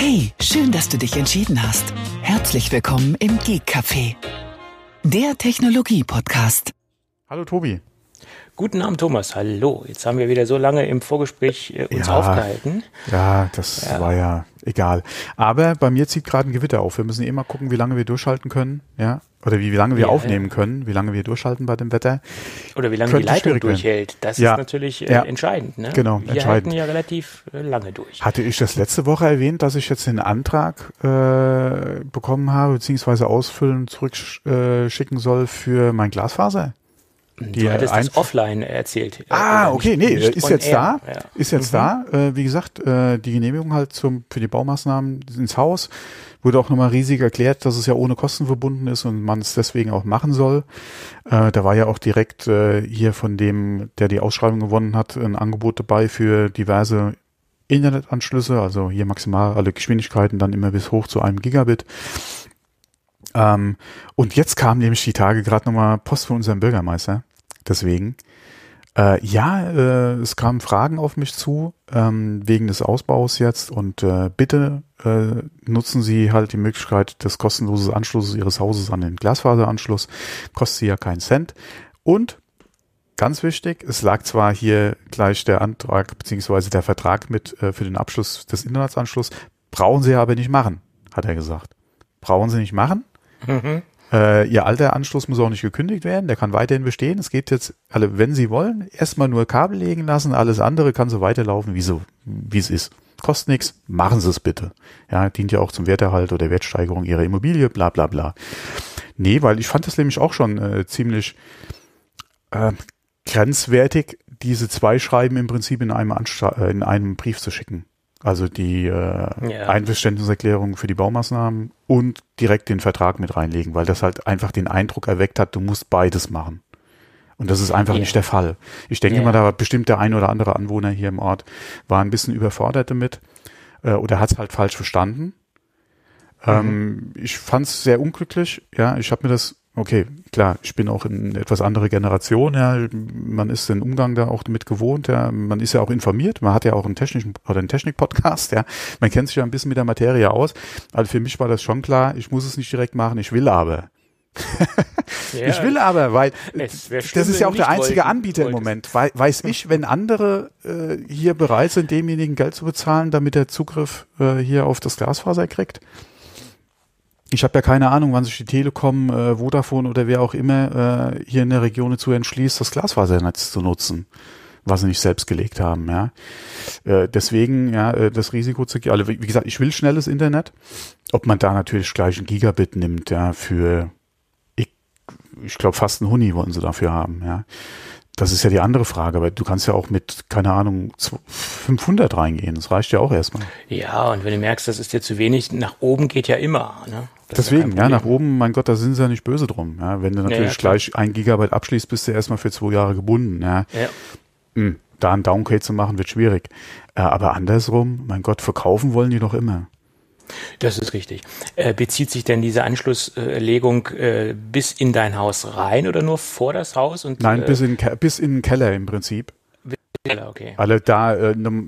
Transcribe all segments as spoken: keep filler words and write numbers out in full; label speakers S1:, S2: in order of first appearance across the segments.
S1: Hey, schön, dass du dich entschieden hast. Herzlich willkommen im Geek Café, der Technologie-Podcast.
S2: Hallo Tobi.
S3: Guten Abend, Thomas. Hallo. Jetzt haben wir wieder so lange im Vorgespräch äh, uns
S2: ja,
S3: aufgehalten.
S2: Ja, das ja. war ja egal. Aber bei mir zieht gerade ein Gewitter auf. Wir müssen eh mal gucken, wie lange wir durchhalten können. Ja, oder wie, wie lange wir ja, aufnehmen ja. können, wie lange wir durchhalten bei dem Wetter.
S3: Oder wie lange Könnte die Leitung durchhält. Das ja. ist natürlich äh, ja. entscheidend. Ne?
S2: Genau,
S3: wir
S2: entscheidend.
S3: halten ja relativ äh, lange durch.
S2: Hatte ich das letzte Woche erwähnt, dass ich jetzt den Antrag äh, bekommen habe, beziehungsweise ausfüllen und zurückschicken äh, soll für mein Glasfaser?
S3: Die du hattest das offline erzählt.
S2: Ah, okay, nee, ist jetzt da, ja. ist jetzt mhm. da. Äh, wie gesagt, äh, die Genehmigung halt zum für die Baumaßnahmen ins Haus wurde auch nochmal riesig erklärt, dass es ja ohne Kosten verbunden ist und man es deswegen auch machen soll. Äh, da war ja auch direkt äh, hier von dem, der die Ausschreibung gewonnen hat, ein Angebot dabei für diverse Internetanschlüsse, also hier maximal alle Geschwindigkeiten dann immer bis hoch zu einem Gigabit. Ähm, und jetzt kam nämlich die Tage gerade nochmal Post von unserem Bürgermeister. Deswegen, äh, ja, äh, es kamen Fragen auf mich zu, ähm, wegen des Ausbaus jetzt und äh, bitte äh, nutzen Sie halt die Möglichkeit des kostenlosen Anschlusses Ihres Hauses an den Glasfaseranschluss. Kostet Sie ja keinen Cent. Und, ganz wichtig, es lag zwar hier gleich der Antrag beziehungsweise der Vertrag mit äh, für den Abschluss des Internetanschlusses, brauchen Sie aber nicht machen, hat er gesagt. Brauchen Sie nicht machen. Mhm. Äh, Ihr alter Anschluss muss auch nicht gekündigt werden, der kann weiterhin bestehen. Es geht jetzt, alle, wenn Sie wollen, erstmal nur Kabel legen lassen, alles andere kann so weiterlaufen, wie so, wie es ist. Kostet nichts, machen Sie es bitte. Ja, dient ja auch zum Werterhalt oder Wertsteigerung Ihrer Immobilie, bla bla bla. Nee, weil ich fand das nämlich auch schon äh, ziemlich äh, grenzwertig, diese zwei Schreiben im Prinzip in einem, Anstra- äh, in einem Brief zu schicken. Also die äh, ja. Einverständniserklärung für die Baumaßnahmen und direkt den Vertrag mit reinlegen, weil das halt einfach den Eindruck erweckt hat, du musst beides machen. Und das ist einfach ja. nicht der Fall. Ich denke ja. mal, da war bestimmt der ein oder andere Anwohner hier im Ort war ein bisschen überfordert damit äh, oder hat es halt falsch verstanden. Mhm. Ähm, ich fand es sehr unglücklich. Ja, ich habe mir das Okay, klar, ich bin auch in etwas andere Generation, ja, man ist den Umgang da auch damit gewohnt, ja, man ist ja auch informiert, man hat ja auch einen technischen oder einen Technik-Podcast, ja, man kennt sich ja ein bisschen mit der Materie aus, also für mich war das schon klar, ich muss es nicht direkt machen, ich will aber. ja, ich will aber, weil das ist ja auch der einzige wollten, Anbieter wolltest. im Moment, We- weiß ich, wenn andere äh, hier bereit sind, demjenigen Geld zu bezahlen, damit er Zugriff äh, hier auf das Glasfaser kriegt. Ich habe ja keine Ahnung, wann sich die Telekom, äh, Vodafone oder wer auch immer äh, hier in der Region dazu entschließt, das Glasfasernetz zu nutzen, was sie nicht selbst gelegt haben. Ja, äh, deswegen ja äh, das Risiko zu gehen. Also wie gesagt, ich will schnelles Internet. Ob man da natürlich gleich ein Gigabit nimmt, ja, für ich, ich glaube fast ein Huni wollen sie dafür haben. Ja, das ist ja die andere Frage. Aber du kannst ja auch mit keine Ahnung fünfhundert reingehen. Das reicht ja auch erstmal.
S3: Ja, und wenn du merkst, das ist dir zu wenig, nach oben geht ja immer. Ne?
S2: Deswegen, ja, nach oben, mein Gott, da sind sie ja nicht böse drum. Ja, wenn du natürlich ja, ja, gleich ein Gigabyte abschließt, bist du erstmal für zwei Jahre gebunden. Ja. Ja. Hm, da einen Downgrade zu machen, wird schwierig. Äh, aber andersrum, mein Gott, verkaufen wollen die doch immer.
S3: Das ist richtig. Äh, bezieht sich denn diese Anschlusslegung äh, bis in dein Haus rein oder nur vor das Haus? Und,
S2: Nein,
S3: äh,
S2: bis in bis in den Keller im Prinzip.
S3: Keller, okay.
S2: Alle da, äh, ne,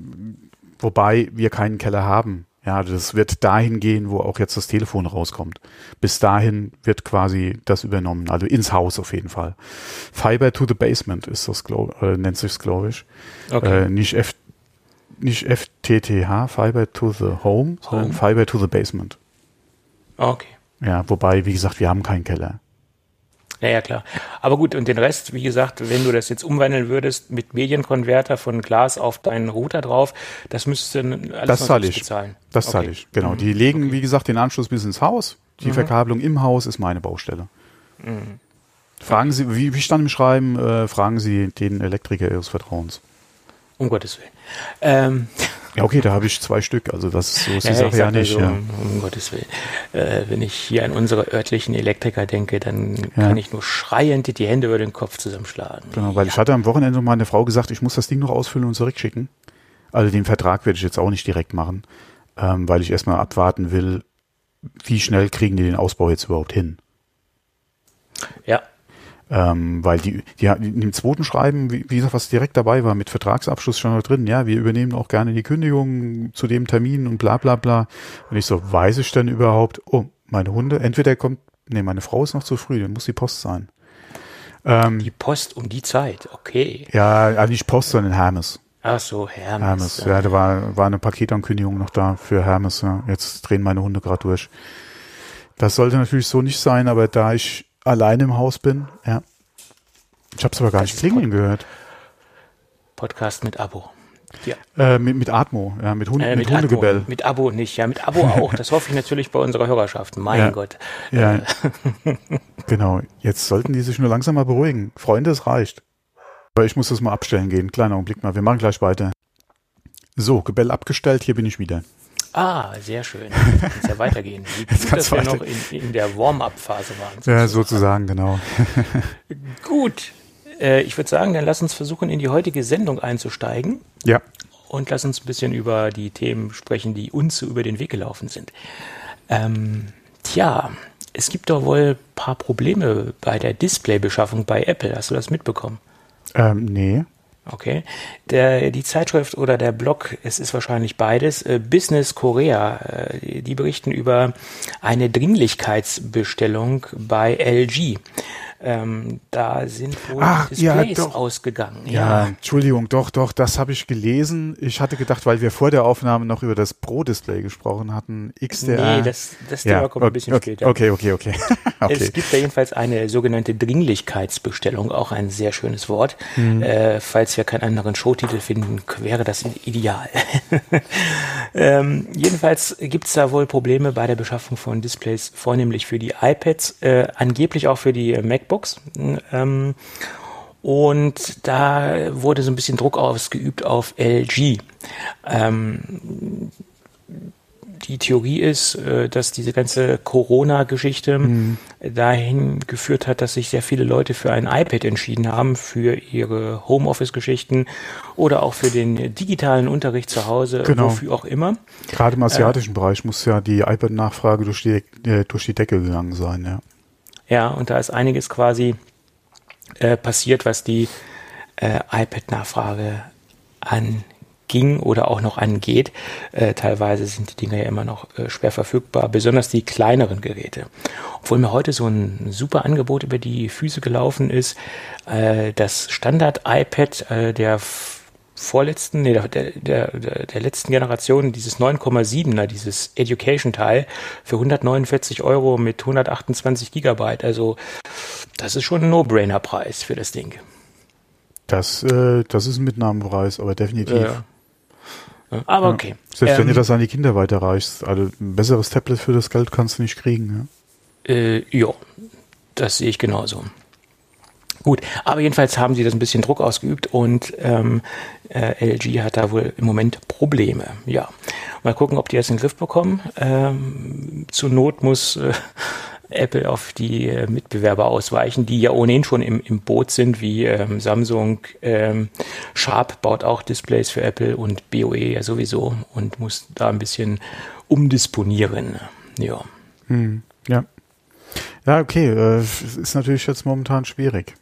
S2: wobei wir keinen Keller haben. Ja, das wird dahin gehen, wo auch jetzt das Telefon rauskommt. Bis dahin wird quasi das übernommen, also ins Haus auf jeden Fall. Fiber to the Basement ist das, glaub, äh, nennt sich's, glaube ich. Okay. Äh, nicht F, nicht F T T H, Fiber to the Home, sondern Home. Fiber to the Basement.
S3: Okay.
S2: Ja, wobei, wie gesagt, wir haben keinen Keller.
S3: Ja, ja, klar. Aber gut, und den Rest, wie gesagt, wenn du das jetzt umwandeln würdest mit Medienkonverter von Glas auf deinen Router drauf, das müsstest du alles
S2: das
S3: noch
S2: zahle ich.
S3: bezahlen.
S2: Das zahle
S3: okay.
S2: ich, genau.
S3: Mhm.
S2: Die legen,
S3: okay.
S2: wie gesagt, den Anschluss bis ins Haus. Die mhm. Verkabelung im Haus ist meine Baustelle. Mhm. Fragen Sie, wie, wie stand im Schreiben, äh, fragen Sie den Elektriker Ihres Vertrauens.
S3: Um Gottes Willen. Ähm.
S2: Ja, okay, da habe ich zwei Stück, also das so ist die
S3: ja,
S2: Sache ja nicht.
S3: So,
S2: ja.
S3: um, um Gottes Willen. Äh, wenn ich hier an unsere örtlichen Elektriker denke, dann ja. kann ich nur schreiend die Hände über den Kopf zusammenschlagen.
S2: Genau, weil ja. ich hatte am Wochenende mal eine Frau gesagt, ich muss das Ding noch ausfüllen und zurückschicken. Also den Vertrag werde ich jetzt auch nicht direkt machen, ähm, weil ich erstmal abwarten will, wie schnell kriegen die den Ausbau jetzt überhaupt hin.
S3: Ja.
S2: Ähm, weil die, die, in dem zweiten Schreiben, wie, wie gesagt, was direkt dabei war, mit Vertragsabschluss schon noch drin, ja, wir übernehmen auch gerne die Kündigung zu dem Termin und bla bla bla. Und ich so, weiß ich denn überhaupt, oh, meine Hunde, entweder kommt, nee, meine Frau ist noch zu früh, dann muss die Post sein. Ähm,
S3: die Post um die Zeit, okay.
S2: Ja, also nicht Post, sondern Hermes.
S3: Ach so, Hermes.
S2: Hermes, ja, da war, war eine Paketankündigung noch da für Hermes, ja. Jetzt drehen meine Hunde gerade durch. Das sollte natürlich so nicht sein, aber da ich alleine im Haus bin, ja. Ich habe es aber gar das nicht klingeln Pod- gehört.
S3: Podcast mit Abo.
S2: Ja. Äh, mit, mit Atmo, ja, mit, Hund, äh, mit, mit Hundegebell.
S3: Atmo, mit Abo nicht, ja, mit Abo auch. Das hoffe ich natürlich bei unserer Hörerschaft. Mein
S2: ja.
S3: Gott.
S2: Ja, genau. Jetzt sollten die sich nur langsam mal beruhigen. Freunde, es reicht. Aber ich muss das mal abstellen gehen. Kleiner Augenblick mal. Wir machen gleich weiter. So, Gebell abgestellt. Hier bin ich wieder.
S3: Ah, sehr schön. Jetzt kann es ja weitergehen. Wie gut, dass wir noch in, in der Warm-up-Phase waren.
S2: Sozusagen. Ja, sozusagen, genau.
S3: Gut. Äh, ich würde sagen, dann lass uns versuchen, in die heutige Sendung einzusteigen.
S2: Ja.
S3: Und lass uns ein bisschen über die Themen sprechen, die uns so über den Weg gelaufen sind. Ähm, tja, es gibt doch wohl ein paar Probleme bei der Displaybeschaffung bei Apple. Hast du das mitbekommen?
S2: Ähm, nee.
S3: Okay. Der, die Zeitschrift oder der Blog, es ist wahrscheinlich beides, äh, Business Korea, äh, die berichten über eine Dringlichkeitsbestellung bei L G. Ähm, da sind wohl
S2: Ach,
S3: Displays
S2: ja,
S3: ausgegangen.
S2: Ja,
S3: ja,
S2: Entschuldigung, doch, doch, das habe ich gelesen. Ich hatte gedacht, weil wir vor der Aufnahme noch über das Pro-Display gesprochen hatten, X D R.
S3: Nee, das, das Thema
S2: ja,
S3: kommt ein bisschen
S2: okay,
S3: später.
S2: Okay, okay, okay. okay.
S3: Es gibt da jedenfalls eine sogenannte Dringlichkeitsbestellung, auch ein sehr schönes Wort. Mhm. Äh, falls wir keinen anderen Showtitel finden, wäre das ideal. ähm, jedenfalls gibt es da wohl Probleme bei der Beschaffung von Displays, vornehmlich für die iPads, äh, angeblich auch für die MacBooks. Ähm, und da wurde so ein bisschen Druck ausgeübt auf L G. Ähm, die Theorie ist, äh, dass diese ganze Corona-Geschichte mhm. dahin geführt hat, dass sich sehr viele Leute für ein iPad entschieden haben, für ihre Homeoffice-Geschichten oder auch für den digitalen Unterricht zu Hause,
S2: genau.
S3: wofür auch immer.
S2: Gerade im asiatischen äh, Bereich muss ja die iPad-Nachfrage durch die, äh, durch die Decke gegangen sein, ja.
S3: Ja, und da ist einiges quasi äh, passiert, was die äh, iPad-Nachfrage anging oder auch noch angeht. Äh, teilweise sind die Dinger ja immer noch äh, schwer verfügbar, besonders die kleineren Geräte. Obwohl mir heute so ein super Angebot über die Füße gelaufen ist, äh, das Standard-iPad äh, der vorletzten, nee, der, der, der, der letzten Generation, dieses neun Komma siebener, dieses Education-Teil für hundertneunundvierzig Euro mit hundertachtundzwanzig Gigabyte. Also das ist schon ein No-Brainer-Preis für das Ding.
S2: Das, äh, das ist ein Mitnahmepreis, aber definitiv.
S3: Ja. Aber okay.
S2: Ja. Selbst
S3: ähm,
S2: wenn du das an die Kinder weiterreichst, also ein besseres Tablet für das Geld kannst du nicht kriegen.
S3: Ja, äh, ja, das sehe ich genauso. Gut, aber jedenfalls haben sie das ein bisschen Druck ausgeübt und ähm, äh, L G hat da wohl im Moment Probleme. Ja, mal gucken, ob die das in den Griff bekommen. Ähm, zur Not muss äh, Apple auf die äh, Mitbewerber ausweichen, die ja ohnehin schon im, im Boot sind, wie ähm, Samsung. Ähm, Sharp baut auch Displays für Apple und B O E ja sowieso und muss da ein bisschen umdisponieren. Ja.
S2: Hm, ja. Ja, okay. Äh, ist natürlich jetzt momentan schwierig.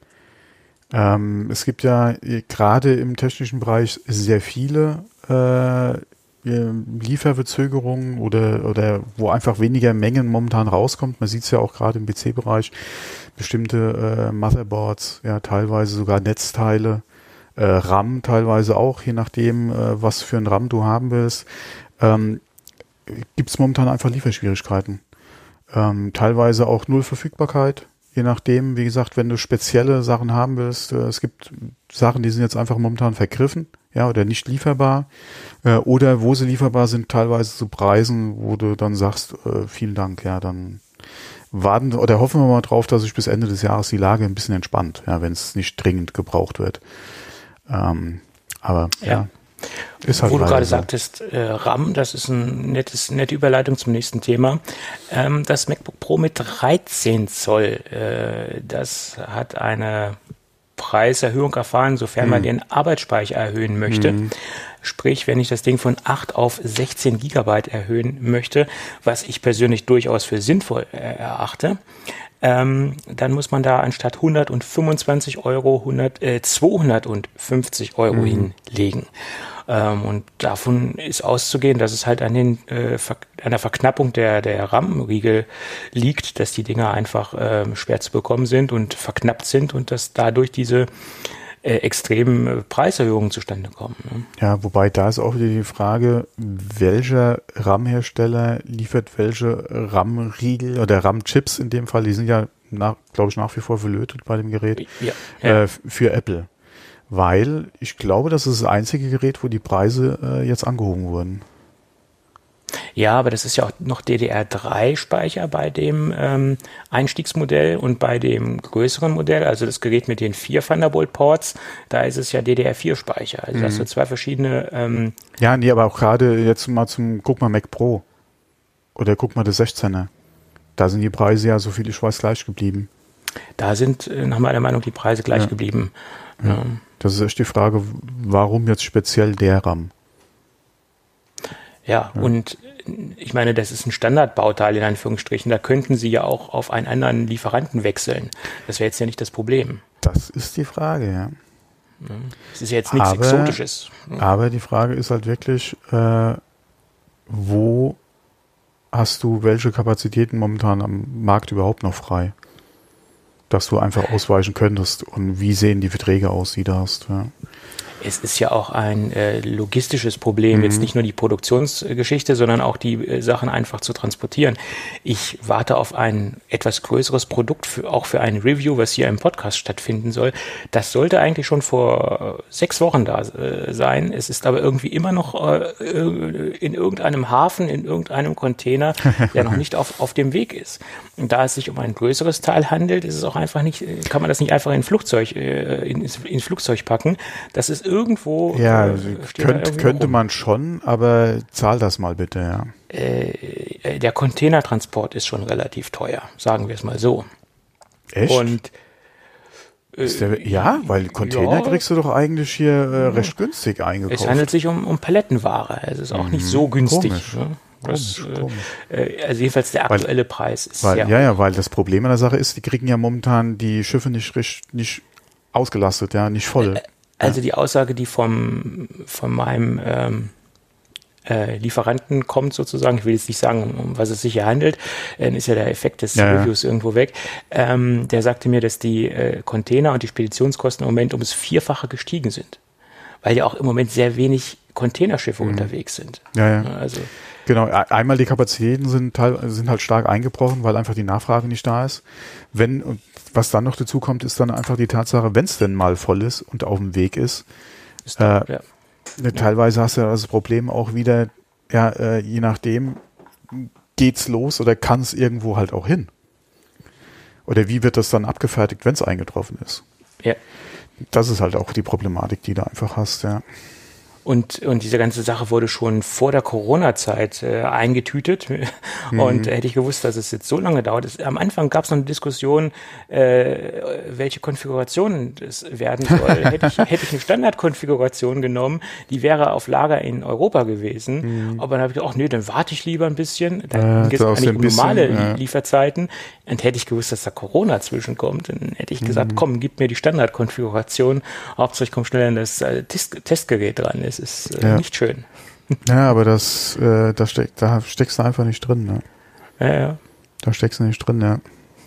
S2: Ähm, es gibt ja gerade im technischen Bereich sehr viele äh, Lieferverzögerungen oder, oder wo einfach weniger Mengen momentan rauskommt. Man sieht es ja auch gerade im P C-Bereich. Bestimmte äh, Motherboards, ja teilweise sogar Netzteile, äh, RAM teilweise auch, je nachdem, äh, was für ein RAM du haben willst. Ähm, gibt es momentan einfach Lieferschwierigkeiten. Ähm, teilweise auch Null Verfügbarkeit. Je nachdem, wie gesagt, wenn du spezielle Sachen haben willst, äh, es gibt Sachen, die sind jetzt einfach momentan vergriffen, ja, oder nicht lieferbar, äh, oder wo sie lieferbar sind, teilweise zu Preisen, wo du dann sagst, äh, vielen Dank, ja, dann warten oder hoffen wir mal drauf, dass sich bis Ende des Jahres die Lage ein bisschen entspannt, ja, wenn es nicht dringend gebraucht wird. Ähm, aber ja. ja. Ist halt
S3: Wo du gerade
S2: so.
S3: sagtest, äh, RAM, das ist ein nettes, nette Überleitung zum nächsten Thema. Ähm, das MacBook Pro mit dreizehn Zoll, äh, das hat eine Preiserhöhung erfahren, sofern hm. man den Arbeitsspeicher erhöhen möchte. Hm. Sprich, wenn ich das Ding von acht auf sechzehn Gigabyte erhöhen möchte, was ich persönlich durchaus für sinnvoll äh, erachte, ähm, dann muss man da anstatt hundertfünfundzwanzig Euro hundert, äh, zweihundertfünfzig Euro mhm. hinlegen. Ähm, und davon ist auszugehen, dass es halt an, den, äh, Ver- an der Verknappung der, der RAM-Riegel liegt, dass die Dinger einfach äh, schwer zu bekommen sind und verknappt sind und dass dadurch diese äh, extremen Preiserhöhungen zustande kommen. Ne?
S2: Ja, wobei da ist auch wieder die Frage, welcher RAM-Hersteller liefert welche RAM-Riegel oder RAM-Chips in dem Fall, die sind ja, glaube ich, nach wie vor verlötet bei dem Gerät,
S3: ja, ja.
S2: Äh, für Apple. Weil ich glaube, das ist das einzige Gerät, wo die Preise äh, jetzt angehoben wurden.
S3: Ja, aber das ist ja auch noch D D R drei Speicher bei dem ähm, Einstiegsmodell und bei dem größeren Modell, also das Gerät mit den vier Thunderbolt-Ports, da ist es ja D D R vier Speicher. Also mhm. das sind zwei verschiedene... Ähm,
S2: ja, nee, aber auch gerade jetzt mal zum, guck mal Mac Pro oder guck mal das sechzehner. Da sind die Preise ja, so viel ich weiß, gleich geblieben.
S3: Da sind äh, nach meiner Meinung die Preise gleich ja. geblieben.
S2: Ja. Ja. Das ist echt die Frage, warum jetzt speziell der RAM?
S3: Ja, ja, und ich meine, das ist ein Standardbauteil in Anführungsstrichen. Da könnten Sie ja auch auf einen anderen Lieferanten wechseln. Das wäre jetzt ja nicht das Problem.
S2: Das ist die Frage, ja.
S3: Es ist ja jetzt nichts
S2: aber,
S3: Exotisches.
S2: Aber die Frage ist halt wirklich, äh, wo hast du welche Kapazitäten momentan am Markt überhaupt noch frei? Dass du einfach ausweichen könntest und wie sehen die Verträge aus, die du hast. Ja.
S3: Es ist ja auch ein äh, logistisches Problem, mhm. jetzt nicht nur die Produktionsgeschichte, sondern auch die äh, Sachen einfach zu transportieren. Ich warte auf ein etwas größeres Produkt, für, auch für ein Review, was hier im Podcast stattfinden soll. Das sollte eigentlich schon vor äh, sechs Wochen da äh, sein. Es ist aber irgendwie immer noch äh, in irgendeinem Hafen, in irgendeinem Container, der noch nicht auf, auf dem Weg ist. Und da es sich um ein größeres Teil handelt, ist es auch einfach nicht, kann man das nicht einfach in ein Flugzeug, äh, in, ins Flugzeug packen. Das ist irgendwo.
S2: Ja,
S3: äh,
S2: könnt, könnte rum. man schon, aber zahl das mal bitte, ja.
S3: Äh, der Containertransport ist schon relativ teuer, sagen wir es mal so.
S2: Echt?
S3: Und
S2: äh, ist der, ja, weil Container ja, kriegst du doch eigentlich hier äh, recht günstig eingekauft.
S3: Es handelt sich um, um Palettenware. Es ist auch mhm. nicht so günstig.
S2: Komisch.
S3: Ne? Das,
S2: komisch, komisch.
S3: Äh, also jedenfalls der aktuelle weil, Preis ist
S2: weil,
S3: sehr
S2: Ja, ja, weil das Problem an der Sache ist, die kriegen ja momentan die Schiffe nicht, nicht ausgelastet, ja, nicht voll.
S3: Äh, Also die Aussage, die vom, von meinem ähm, äh, Lieferanten kommt sozusagen, ich will jetzt nicht sagen, um was es sich hier handelt, äh, ist ja der Effekt des
S2: ja,
S3: Reviews ja. irgendwo weg, ähm, der sagte mir, dass die äh, Container und die Speditionskosten im Moment um das Vierfache gestiegen sind, weil ja auch im Moment sehr wenig Containerschiffe mhm. unterwegs sind.
S2: Ja, ja.
S3: Also,
S2: genau, einmal die Kapazitäten sind, teil, sind halt stark eingebrochen, weil einfach die Nachfrage nicht da ist. Wenn, und was dann noch dazu kommt, ist dann einfach die Tatsache, wenn es denn mal voll ist und auf dem Weg ist, ist dann, äh, ja. teilweise hast du das Problem auch wieder, ja, äh, je nachdem, geht's los oder kann es irgendwo halt auch hin? Oder wie wird das dann abgefertigt, wenn es eingetroffen ist?
S3: Ja. Das
S2: ist halt auch die Problematik, die du einfach hast, ja.
S3: Und, und diese ganze Sache wurde schon vor der Corona-Zeit äh, eingetütet. Mhm. Und äh, hätte ich gewusst, dass es jetzt so lange dauert. Es, am Anfang gab es noch eine Diskussion, äh, welche Konfiguration es werden soll. hätte, ich, hätte ich eine Standardkonfiguration genommen, die wäre auf Lager in Europa gewesen. Mhm. Aber dann habe ich gedacht, ach nee, dann warte ich lieber ein bisschen. Dann
S2: äh,
S3: geht es eigentlich um normale
S2: bisschen, ja.
S3: Lieferzeiten. Und hätte ich gewusst, dass da Corona zwischenkommt, dann hätte ich gesagt, mhm. komm, gib mir die Standardkonfiguration. Hauptsache ich komme schneller an das äh, Test- Testgerät dran. Das ist äh,
S2: ja.
S3: nicht schön.
S2: Ja, aber das, äh, da, steck, da steckst du einfach nicht drin. Ne?
S3: Ja, ja.
S2: Da steckst du nicht drin, ja.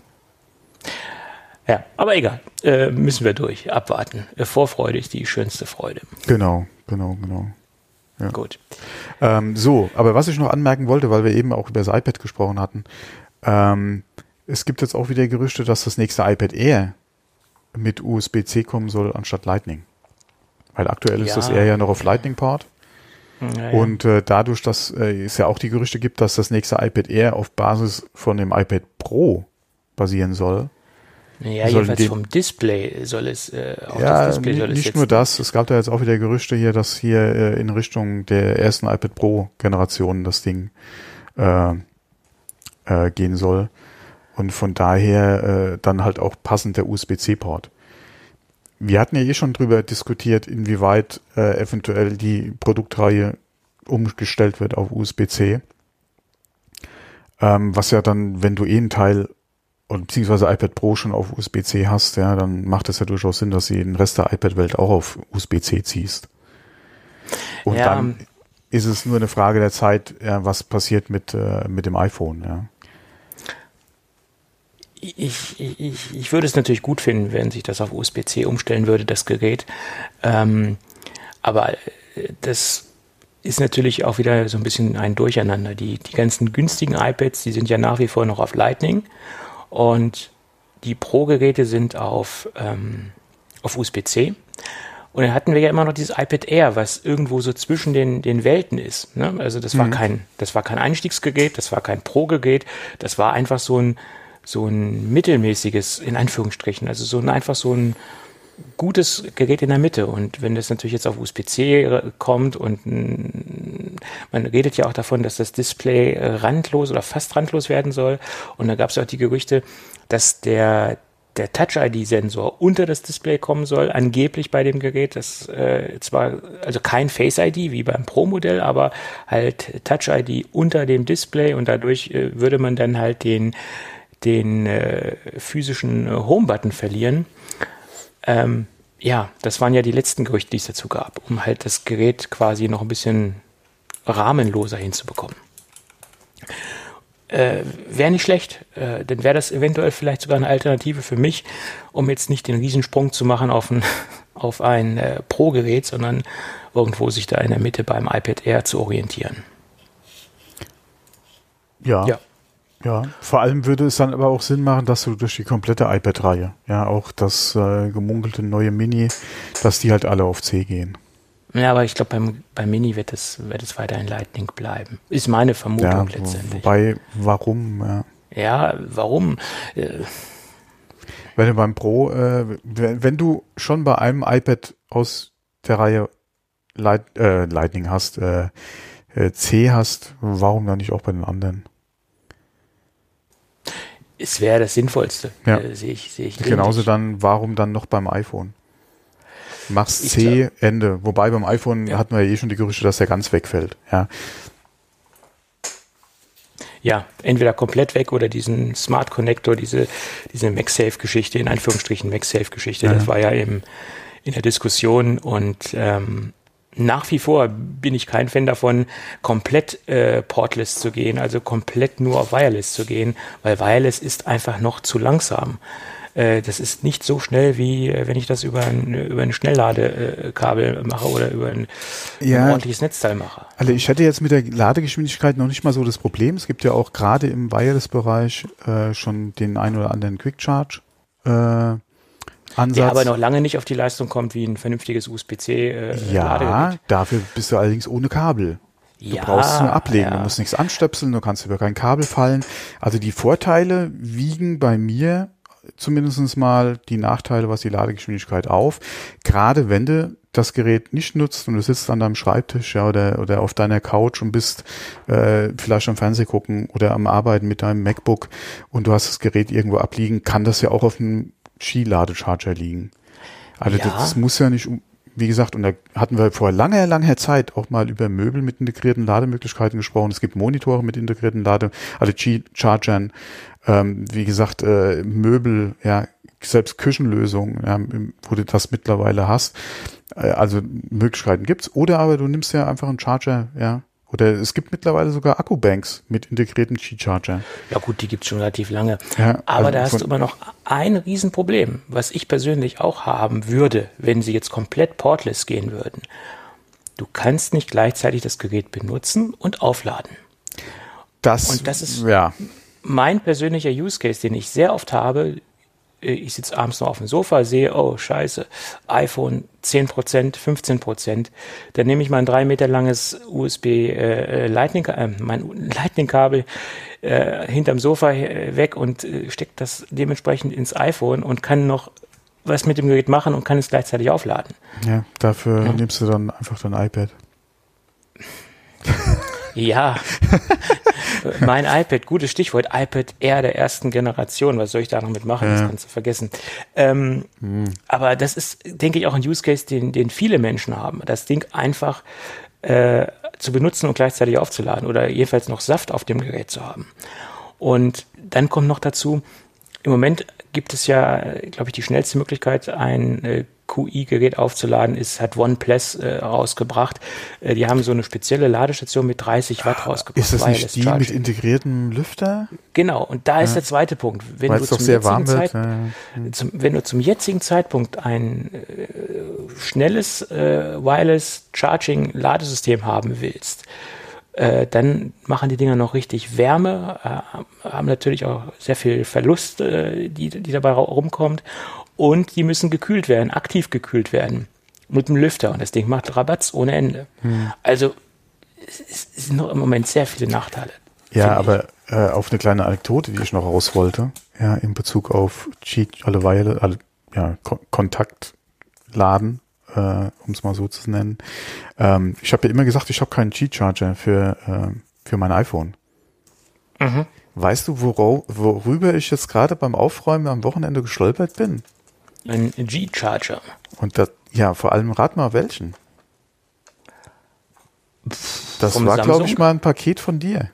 S3: Ja, aber egal. Äh, müssen wir durch. Abwarten. Äh, Vorfreude ist die schönste Freude.
S2: Genau, genau, genau. Ja.
S3: Gut.
S2: Ähm, so, aber was ich noch anmerken wollte, weil wir eben auch über das iPad gesprochen hatten, ähm, es gibt jetzt auch wieder Gerüchte, dass das nächste iPad Air mit U S B C kommen soll anstatt Lightning. Weil aktuell
S3: ja.
S2: ist das Air ja noch auf Lightning-Port.
S3: Ja, ja.
S2: Und äh, dadurch, dass äh, es ja auch die Gerüchte gibt, dass das nächste iPad Air auf Basis von dem iPad Pro basieren soll.
S3: Ja, jedenfalls vom Display soll es äh, auch
S2: ja,
S3: das Display soll es
S2: nicht
S3: jetzt
S2: nur das. Es gab da jetzt auch wieder Gerüchte hier, dass hier äh, in Richtung der ersten iPad Pro-Generation das Ding äh, äh, gehen soll. Und von daher äh, dann halt auch passend der U S B C Port. wir hatten ja eh schon drüber diskutiert, inwieweit äh, eventuell die Produktreihe umgestellt wird auf U S B C. Ähm, was ja dann, wenn du eh einen Teil und beziehungsweise iPad Pro schon auf U S B C hast, ja, dann macht es ja durchaus Sinn, dass du den Rest der iPad-Welt auch auf U S B C ziehst. Und ja, dann ist es nur eine Frage der Zeit, ja, was passiert mit, äh, mit dem iPhone, ja.
S3: Ich, ich, ich würde es natürlich gut finden, wenn sich das auf U S B C umstellen würde, das Gerät. Ähm, aber das ist natürlich auch wieder so ein bisschen ein Durcheinander. Die, die ganzen günstigen iPads, die sind ja nach wie vor noch auf Lightning. Und die Pro-Geräte sind auf, ähm, auf U S B C. Und dann hatten wir ja immer noch dieses iPad Air, was irgendwo so zwischen den, den Welten ist. Ne? Also das war mhm. kein, das war kein Einstiegsgerät, das war kein Pro-Gerät, das war einfach so ein, so ein mittelmäßiges, in Anführungsstrichen, also so ein, einfach so ein gutes Gerät in der Mitte. Und wenn das natürlich jetzt auf U S B C kommt und man redet ja auch davon, dass das Display randlos oder fast randlos werden soll. Und da gab es auch die Gerüchte, dass der, der Touch-I D-Sensor unter das Display kommen soll, angeblich bei dem Gerät. Das äh, zwar, also kein Face-I D wie beim Pro-Modell, aber halt Touch-I D unter dem Display und dadurch äh, würde man dann halt den, den äh, physischen äh, Home-Button verlieren. Ähm, ja, das waren ja die letzten Gerüchte, die es dazu gab, um halt das Gerät quasi noch ein bisschen rahmenloser hinzubekommen. Äh, wäre nicht schlecht, äh, dann wäre das eventuell vielleicht sogar eine Alternative für mich, um jetzt nicht den Riesensprung zu machen auf ein, auf ein äh, Pro-Gerät, sondern irgendwo sich da in der Mitte beim iPad Air zu orientieren.
S2: Ja. Ja. Ja, vor allem würde es dann aber auch Sinn machen, dass du durch die komplette iPad-Reihe, ja, auch das äh, gemunkelte neue Mini, dass die halt alle auf C gehen.
S3: Ja, aber ich glaube, beim, beim Mini wird es, wird es weiter in Lightning bleiben. Ist meine Vermutung ja, letztendlich.
S2: Wobei, warum? Ja,
S3: ja warum? Äh,
S2: wenn du beim Pro, äh, wenn, wenn du schon bei einem iPad aus der Reihe Light, äh, Lightning hast, äh, äh, C hast, warum dann nicht auch bei den anderen?
S3: Es wäre das Sinnvollste,
S2: ja.
S3: äh, sehe ich, sehe ich.
S2: Genauso dann, warum dann noch beim iPhone? Mach's ich C, glaub, Ende. Wobei beim iPhone ja. hatten wir ja eh schon die Gerüchte, dass der ganz wegfällt. Ja.
S3: Ja, entweder komplett weg oder diesen Smart Connector, diese, diese MagSafe-Geschichte, in Anführungsstrichen MagSafe-Geschichte, ja. das war ja eben in der Diskussion und ähm, nach wie vor bin ich kein Fan davon, komplett äh, portless zu gehen, also komplett nur auf Wireless zu gehen, weil Wireless ist einfach noch zu langsam. Äh, das ist nicht so schnell, wie äh, wenn ich das über ein, über ein Schnellladekabel äh, mache oder über ein, ja, ein ordentliches Netzteil mache.
S2: Also ich hätte jetzt mit der Ladegeschwindigkeit noch nicht mal so das Problem. Es gibt ja auch gerade im Wireless-Bereich äh, schon den ein oder anderen Quick Charge äh, Ansatz.
S3: Der aber noch lange nicht auf die Leistung kommt wie ein vernünftiges U S B C-Ladegerät.
S2: Äh, ja, dafür bist du allerdings ohne Kabel. Du ja, brauchst es nur ablegen, ja. Du musst nichts anstöpseln, du kannst über kein Kabel fallen. Also die Vorteile wiegen bei mir zumindest mal die Nachteile, was die Ladegeschwindigkeit auf. Gerade wenn du das Gerät nicht nutzt und du sitzt an deinem Schreibtisch ja, oder, oder auf deiner Couch und bist äh, vielleicht am Fernsehen gucken oder am Arbeiten mit deinem MacBook und du hast das Gerät irgendwo abliegen, kann das ja auch auf einem Qi-Ladecharger liegen. Also ja. das muss ja nicht, wie gesagt, und da hatten wir vor langer, langer Zeit auch mal über Möbel mit integrierten Lademöglichkeiten gesprochen. Es gibt Monitore mit integrierten Lade, also Qi-Chargern, ähm, wie gesagt, äh, Möbel, ja, selbst Küchenlösungen, ja, wo du das mittlerweile hast. Äh, also Möglichkeiten gibt's. Oder aber du nimmst ja einfach einen Charger, ja. Oder es gibt mittlerweile sogar Akkubanks mit integrierten Qi-Charger.
S3: Ja gut, die gibt's schon relativ lange. Ja, aber also da hast du immer noch ein Riesenproblem, was ich persönlich auch haben würde, wenn sie jetzt komplett portless gehen würden. Du kannst nicht gleichzeitig das Gerät benutzen und aufladen.
S2: Das,
S3: und das ist
S2: ja.
S3: mein persönlicher Use Case, den ich sehr oft habe. Ich sitze abends noch auf dem Sofa, sehe, oh scheiße, iPhone zehn Prozent, fünfzehn Prozent. Dann nehme ich mein drei Meter langes U S B äh, Lightning, äh, mein Lightning-Kabel äh, hinterm Sofa weg und äh, stecke das dementsprechend ins iPhone und kann noch was mit dem Gerät machen und kann es gleichzeitig aufladen.
S2: Ja, dafür ja. nimmst du dann einfach dein iPad.
S3: Ja. Mein iPad, gutes Stichwort, iPad Air der ersten Generation. Was soll ich da noch mitmachen? Ja. Das kannst du vergessen. Ähm, hm. Aber das ist, denke ich, auch ein Use Case, den, den viele Menschen haben. Das Ding einfach äh, zu benutzen und gleichzeitig aufzuladen oder jedenfalls noch Saft auf dem Gerät zu haben. Und dann kommt noch dazu, im Moment gibt es ja, glaube ich, die schnellste Möglichkeit, ein äh, Q I-Gerät aufzuladen, ist, hat OnePlus äh, rausgebracht. Äh, die haben so eine spezielle Ladestation mit dreißig Watt rausgebracht.
S2: Ist das nicht die mit integriertem Lüfter?
S3: Genau, und da ja. ist der zweite Punkt. Wenn du, zum
S2: sehr warm
S3: Zeit,
S2: wird.
S3: Ja. zum, wenn du zum jetzigen Zeitpunkt ein äh, schnelles äh, Wireless-Charging-Ladesystem haben willst, äh, dann machen die Dinger noch richtig Wärme, äh, haben natürlich auch sehr viel Verlust, äh, die, die dabei rumkommt. Und die müssen gekühlt werden, aktiv gekühlt werden mit dem Lüfter. Und das Ding macht Rabatz ohne Ende. Hm. Also es sind noch im Moment sehr viele Nachteile.
S2: Ja, aber äh, auf eine kleine Anekdote, die ich noch raus wollte, ja, in Bezug auf Cheat, alle Weile, alle, ja, Ko- Kontaktladen, äh, um es mal so zu nennen. Ähm, ich habe ja immer gesagt, ich habe keinen Qi-Charger für, äh, für mein iPhone. Mhm. Weißt du, wor- worüber ich jetzt gerade beim Aufräumen am Wochenende gestolpert bin?
S3: Ein G-Charger.
S2: Und das, ja, vor allem rat mal welchen. Das
S3: Vom
S2: war, glaube ich,
S3: Samsung?
S2: mal ein Paket von dir.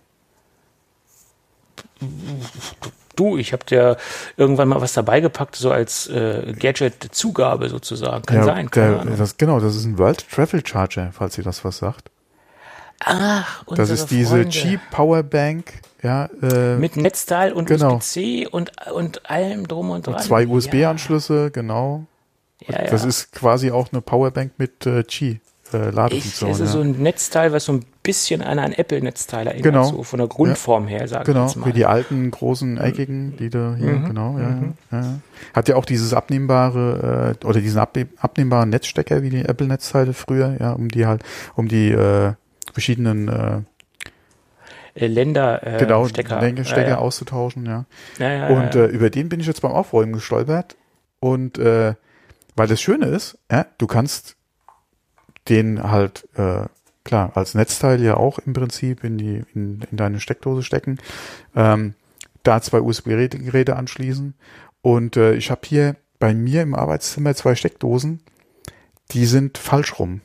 S3: Du, ich habe dir irgendwann mal was dabei gepackt, so als äh, Gadget-Zugabe sozusagen. Kann
S2: ja,
S3: sein, keine
S2: der,
S3: Ahnung.
S2: das, genau, das ist ein World Travel Charger, falls ihr das was sagt.
S3: Ach,
S2: Das ist diese
S3: Freunde.
S2: Cheap Powerbank, ja. Äh,
S3: Mit Netzteil und
S2: genau.
S3: U S B C und, und allem drum und dran.
S2: und zwei U S B-Anschlüsse, genau.
S3: Ja, ja.
S2: Das ist quasi auch eine Powerbank mit äh, Qi. Äh, Ladefunktion.
S3: Ich, es ist
S2: ja.
S3: so ein Netzteil, was so ein bisschen an ein Apple-Netzteil erinnert,
S2: Genau.
S3: so von der Grundform her, sag
S2: Genau,
S3: ich jetzt mal.
S2: wie die alten, großen, eckigen, die da hier,
S3: Mhm.
S2: genau, ja,
S3: Mhm.
S2: ja, ja. Hat ja auch dieses abnehmbare, äh, oder diesen abne- abnehmbaren Netzstecker, wie die Apple-Netzteile früher, ja, um die halt, um die äh, verschiedenen äh,
S3: Äh, Länder äh,
S2: genau,
S3: Stecker,
S2: Stecker
S3: ja, ja.
S2: auszutauschen, ja.
S3: Ja, ja,
S2: Und
S3: ja, ja.
S2: Äh, über den bin ich jetzt beim Aufräumen gestolpert. Und äh, weil das Schöne ist, ja, du kannst den halt, äh, klar, als Netzteil ja auch im Prinzip in die in, in deine Steckdose stecken, ähm, da zwei U S B-Geräte anschließen. Und äh, ich habe hier bei mir im Arbeitszimmer zwei Steckdosen, die sind falsch rum.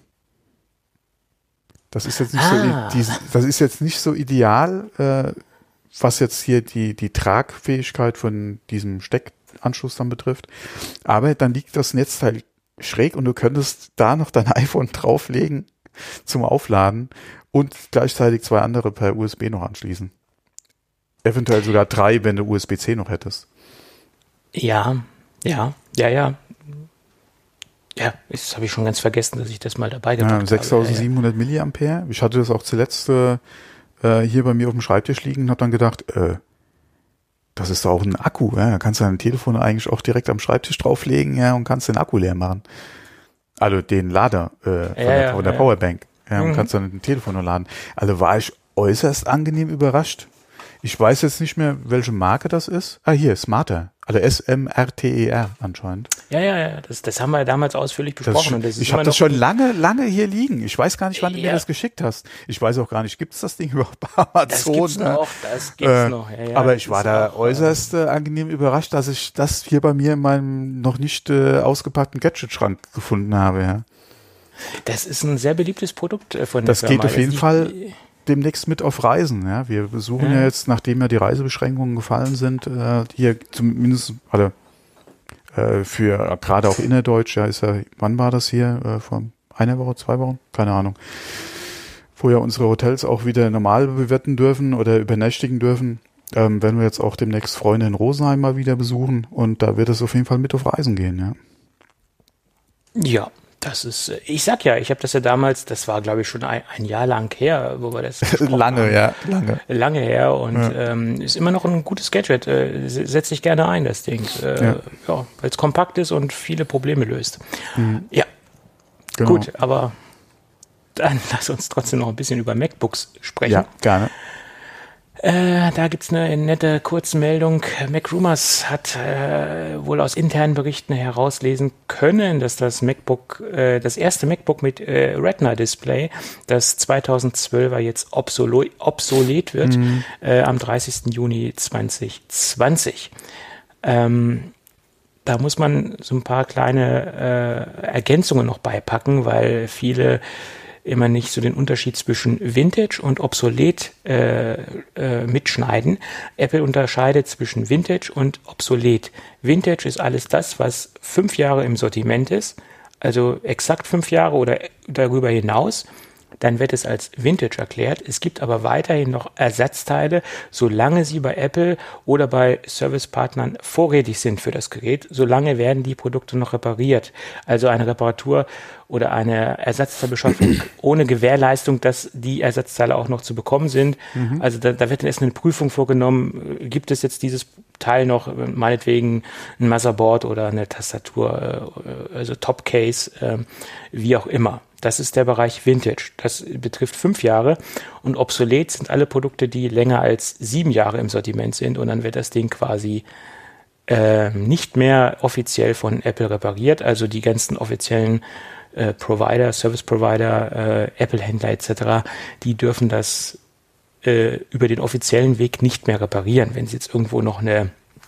S2: Das ist jetzt nicht
S3: Ah.
S2: so, die, das ist jetzt nicht so ideal, äh, was jetzt hier die, die Tragfähigkeit von diesem Steckanschluss dann betrifft. Aber dann liegt das Netzteil schräg und du könntest da noch dein iPhone drauflegen zum Aufladen und gleichzeitig zwei andere per U S B noch anschließen. Eventuell sogar drei, wenn du U S B C noch hättest.
S3: Ja, ja, ja, ja. Ja, das habe ich schon ganz vergessen, dass ich das mal dabei gepackt
S2: Ja,
S3: habe.
S2: sechstausendsiebenhundert Milliampere. Ich hatte das auch zuletzt äh, hier bei mir auf dem Schreibtisch liegen und habe dann gedacht, äh, das ist doch auch ein Akku. Ja? Da kannst du dein Telefon eigentlich auch direkt am Schreibtisch drauflegen, ja, und kannst den Akku leer machen. Also den Lader äh, von,
S3: Ja,
S2: der,
S3: ja,
S2: von der
S3: ja.
S2: Powerbank. Ja, und
S3: Mhm.
S2: kannst dann ein Telefon nur laden. Also war ich äußerst angenehm überrascht. Ich weiß jetzt nicht mehr, welche Marke das ist. Ah, hier, Smarter. Also S M R T E R anscheinend.
S3: Ja, ja, ja, das, das haben wir damals ausführlich
S2: Das
S3: besprochen.
S2: ist,
S3: und das ist
S2: ich
S3: immer
S2: habe das
S3: noch-
S2: schon lange, lange hier liegen. Ich weiß gar nicht, wann du mir
S3: Ja.
S2: das geschickt hast. Ich weiß auch gar nicht, gibt es das Ding überhaupt bei
S3: Das
S2: Amazon?
S3: gibt's
S2: ne?
S3: noch, das gibt's
S2: Äh,
S3: noch. Ja, ja,
S2: Aber
S3: das
S2: ich war
S3: ist
S2: da
S3: auch,
S2: äußerst äh, angenehm überrascht, dass ich das hier bei mir in meinem noch nicht äh, ausgepackten Gadget-Schrank gefunden habe. Ja.
S3: Das ist ein sehr beliebtes Produkt äh, von
S2: Das
S3: der Firma.
S2: geht auf jeden
S3: Das-
S2: Fall demnächst mit auf Reisen. Ja. Wir besuchen
S3: Ja.
S2: ja jetzt, nachdem ja die Reisebeschränkungen gefallen sind, äh, hier zumindest, also äh, für gerade auch innerdeutsch, ja, ist ja, wann war das hier? Äh, vor einer Woche, zwei Wochen? Keine Ahnung. Wo ja unsere Hotels auch wieder normal bewerten dürfen oder übernächtigen dürfen, ähm, werden wir jetzt auch demnächst Freunde in Rosenheim mal wieder besuchen und da wird es auf jeden Fall mit auf Reisen gehen, ja.
S3: Ja, das ist, äh, ich sag ja, ich habe das ja damals, das war glaube ich schon ein, ein Jahr lang her, wo wir das besprochen haben.
S2: ja, lange.
S3: Lange her und
S2: Ja.
S3: ähm, ist immer noch ein gutes Gadget. Äh, setze ich gerne ein, das Ding. Äh,
S2: Ja.
S3: ja, weil es kompakt ist und viele Probleme löst.
S2: Mhm.
S3: Ja,
S2: Genau.
S3: gut, aber dann lass uns trotzdem noch ein bisschen über MacBooks sprechen.
S2: Ja, gerne.
S3: Äh, da gibt's eine nette Kurzmeldung. MacRumors hat äh, wohl aus internen Berichten herauslesen können, dass das MacBook, äh, das erste MacBook mit äh, Retina-Display, das zweitausendzwölfer jetzt obsolo- obsolet wird, mhm. äh, am dreißigsten Juni zweitausendzwanzig. Ähm, da muss man so ein paar kleine äh, Ergänzungen noch beipacken, weil viele immer nicht so den Unterschied zwischen Vintage und obsolet äh, äh, mitschneiden. Apple unterscheidet zwischen Vintage und obsolet. Vintage ist alles das, was fünf Jahre im Sortiment ist, also exakt fünf Jahre oder darüber hinaus. Dann wird es als Vintage erklärt. Es gibt aber weiterhin noch Ersatzteile, solange sie bei Apple oder bei Servicepartnern vorrätig sind für das Gerät. Solange werden die Produkte noch repariert. Also eine Reparatur oder eine Ersatzteilbeschaffung ohne Gewährleistung, dass die Ersatzteile auch noch zu bekommen sind. Mhm. Also da, da wird dann erst eine Prüfung vorgenommen. Gibt es jetzt dieses Teil noch, meinetwegen ein Motherboard oder eine Tastatur, also Topcase, wie auch immer. Das ist der Bereich Vintage. Das betrifft fünf Jahre und obsolet sind alle Produkte, die länger als sieben Jahre im Sortiment sind und dann wird das Ding quasi äh, nicht mehr offiziell von Apple repariert. Also die ganzen offiziellen äh, Provider, Service Provider, äh, Apple-Händler et cetera, die dürfen das äh, über den offiziellen Weg nicht mehr reparieren. Wenn sie jetzt irgendwo noch eine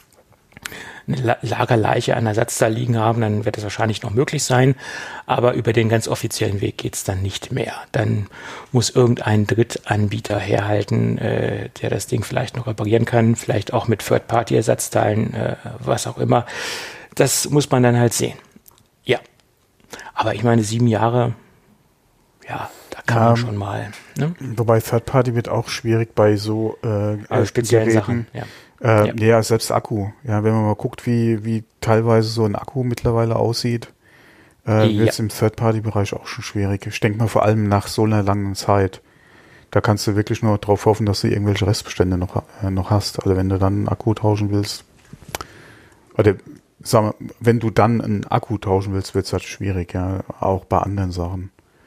S3: eine Lagerleiche an Ersatzteil liegen haben, dann wird das wahrscheinlich noch möglich sein, aber über den ganz offiziellen Weg geht's dann nicht mehr. Dann muss irgendein Drittanbieter herhalten, äh, der das Ding vielleicht noch reparieren kann, vielleicht auch mit Third-Party-Ersatzteilen, äh, was auch immer. Das muss man dann halt sehen. Ja, aber ich meine, sieben Jahre, ja, da kann ja, man schon mal. Ne?
S2: Wobei Third-Party wird auch schwierig bei so äh,
S3: also speziellen Geräten. Sachen, ja.
S2: Äh, ja. ja, selbst Akku. Ja, wenn man mal guckt, wie, wie teilweise so ein Akku mittlerweile aussieht, äh, ja. wird es im Third-Party-Bereich auch schon schwierig. Ich denke mal vor allem nach so einer langen Zeit. Da kannst du wirklich nur darauf hoffen, dass du irgendwelche Restbestände noch, äh, noch hast. Also wenn du dann einen Akku tauschen willst, oder sag mal, wenn du dann einen Akku tauschen willst, wird es halt schwierig, ja, auch bei anderen Sachen.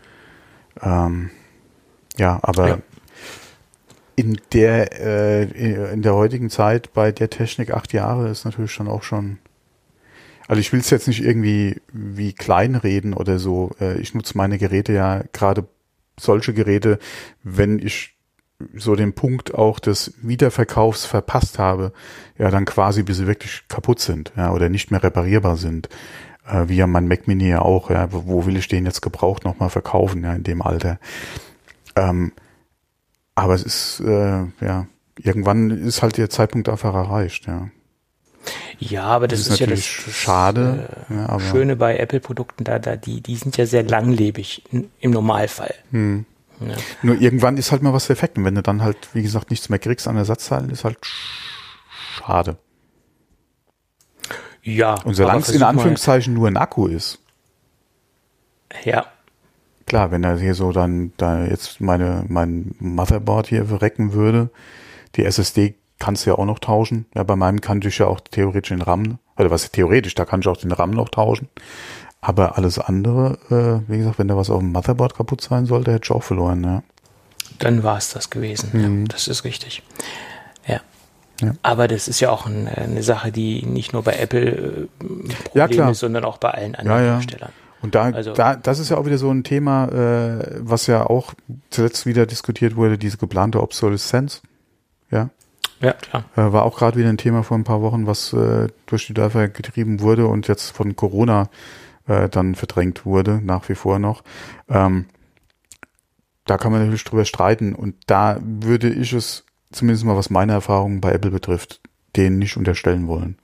S2: Ähm, ja, aber ja. in der äh, in der heutigen Zeit bei der Technik acht Jahre ist natürlich dann auch schon. Also ich will es jetzt nicht irgendwie wie klein reden oder so. Äh, ich nutze meine Geräte ja gerade solche Geräte, wenn ich so den Punkt auch des Wiederverkaufs verpasst habe, ja dann quasi bis sie wirklich kaputt sind, ja, oder nicht mehr reparierbar sind. Äh, wie ja mein Mac Mini ja auch, ja, wo will ich den jetzt gebraucht nochmal verkaufen, ja, in dem Alter. Ähm, aber es ist, äh, ja, irgendwann ist halt der Zeitpunkt einfach erreicht, ja.
S3: Ja, aber das, das ist, ist ja das,
S2: schade,
S3: äh,
S2: ja, aber
S3: Schöne bei Apple-Produkten, da, da, die, die sind ja sehr langlebig im Normalfall.
S2: Hm. Ja. Nur irgendwann ist halt mal was defekt und wenn du dann halt, wie gesagt, nichts mehr kriegst an Ersatzteilen, ist halt schade.
S3: Ja.
S2: Und solange es in Anführungszeichen nur ein Akku ist.
S3: Ja.
S2: Klar, wenn er hier so dann da jetzt meine mein Motherboard hier verrecken würde, die S S D kannst du ja auch noch tauschen. Ja, bei meinem kann ich ja auch theoretisch den RAM, oder was theoretisch, da kann ich auch den RAM noch tauschen. Aber alles andere, äh, wie gesagt, wenn da was auf dem Motherboard kaputt sein sollte, hätte ich auch verloren, ja.
S3: Dann war es das gewesen, mhm. ja, das ist richtig. Ja.
S2: Ja.
S3: Aber das ist ja auch ein, eine Sache, die nicht nur bei Apple äh, Problem
S2: ja, klar.
S3: ist, sondern auch bei allen anderen
S2: ja, ja.
S3: Herstellern.
S2: Und da,
S3: also,
S2: da, das ist ja auch wieder so ein Thema, äh, was ja auch zuletzt wieder diskutiert wurde, diese geplante Obsoleszenz. Ja.
S3: Ja, klar.
S2: Äh, war auch gerade wieder ein Thema vor ein paar Wochen, was äh, durch die Dörfer getrieben wurde und jetzt von Corona äh, dann verdrängt wurde, nach wie vor noch. Ähm, da kann man natürlich drüber streiten und da würde ich es, zumindest mal was meine Erfahrungen bei Apple betrifft, denen nicht unterstellen wollen.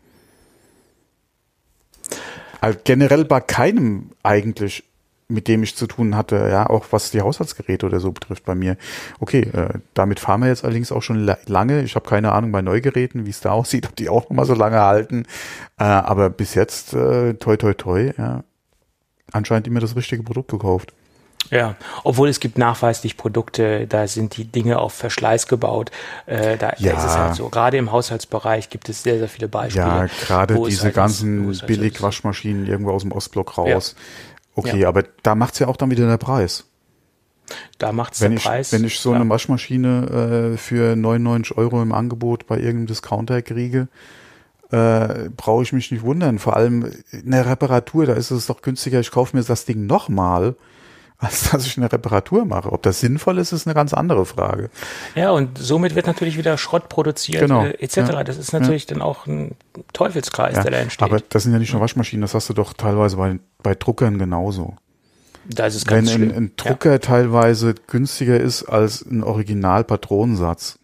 S2: Also generell bei keinem eigentlich, mit dem ich zu tun hatte, ja, auch was die Haushaltsgeräte oder so betrifft bei mir. Okay, äh, damit fahren wir jetzt allerdings auch schon la- lange. Ich habe keine Ahnung bei Neugeräten, wie es da aussieht, ob die auch noch mal so lange halten. Äh, aber bis jetzt, äh, toi toi toi, ja, anscheinend immer das richtige Produkt gekauft.
S3: Ja, obwohl es gibt nachweislich Produkte, da sind die Dinge auf Verschleiß gebaut. Äh, da,
S2: ja.
S3: da ist es halt so. Gerade im Haushaltsbereich gibt es sehr, sehr viele Beispiele.
S2: Ja, gerade diese
S3: halt
S2: ganzen
S3: das, halt
S2: Billig-Waschmaschinen irgendwo aus dem Ostblock raus.
S3: Ja.
S2: Okay,
S3: ja.
S2: aber da macht's ja auch dann wieder der Preis.
S3: Da macht es den
S2: ich,
S3: Preis.
S2: Wenn ich so klar. eine Waschmaschine äh, für neunundneunzig Euro im Angebot bei irgendeinem Discounter kriege, äh, brauche ich mich nicht wundern. Vor allem in der Reparatur, da ist es doch günstiger, ich kaufe mir das Ding nochmal, als dass ich eine Reparatur mache. Ob das sinnvoll ist, ist eine ganz andere Frage.
S3: Ja, und somit wird natürlich wieder Schrott produziert,
S2: genau.
S3: äh, et cetera.
S2: Ja.
S3: Das ist natürlich ja. dann auch ein Teufelskreis,
S2: ja.
S3: der da entsteht.
S2: Aber das sind ja nicht nur Waschmaschinen, das hast du doch teilweise bei, bei Druckern genauso.
S3: Da ist es ganz
S2: Wenn
S3: schlimm.
S2: ein, ein Drucker ja. teilweise günstiger ist als ein Original-Patronensatz.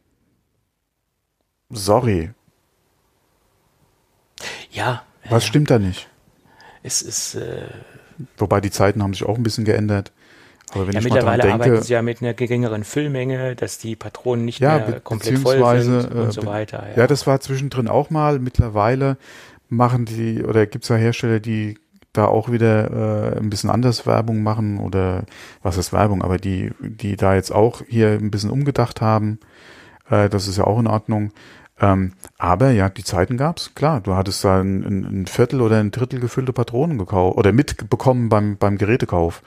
S2: Sorry.
S3: Ja.
S2: Was
S3: ja.
S2: stimmt da nicht?
S3: Es ist... Äh,
S2: Wobei die Zeiten haben sich auch ein bisschen geändert. Aber wenn
S3: ja,
S2: ich
S3: mittlerweile
S2: mal dran denke,
S3: arbeiten sie ja mit einer geringeren Füllmenge, dass die Patronen nicht
S2: ja,
S3: mehr komplett voll sind und so weiter.
S2: Ja. ja, das war zwischendrin auch mal. Mittlerweile machen die, oder gibt es ja Hersteller, die da auch wieder äh, ein bisschen anders Werbung machen oder was ist Werbung, aber die, die da jetzt auch hier ein bisschen umgedacht haben. Äh, das ist ja auch in Ordnung. Ähm, aber ja, die Zeiten gab's, klar. Du hattest da ein, ein Viertel oder ein Drittel gefüllte Patronen gekauft oder mitbekommen beim, beim Gerätekauf.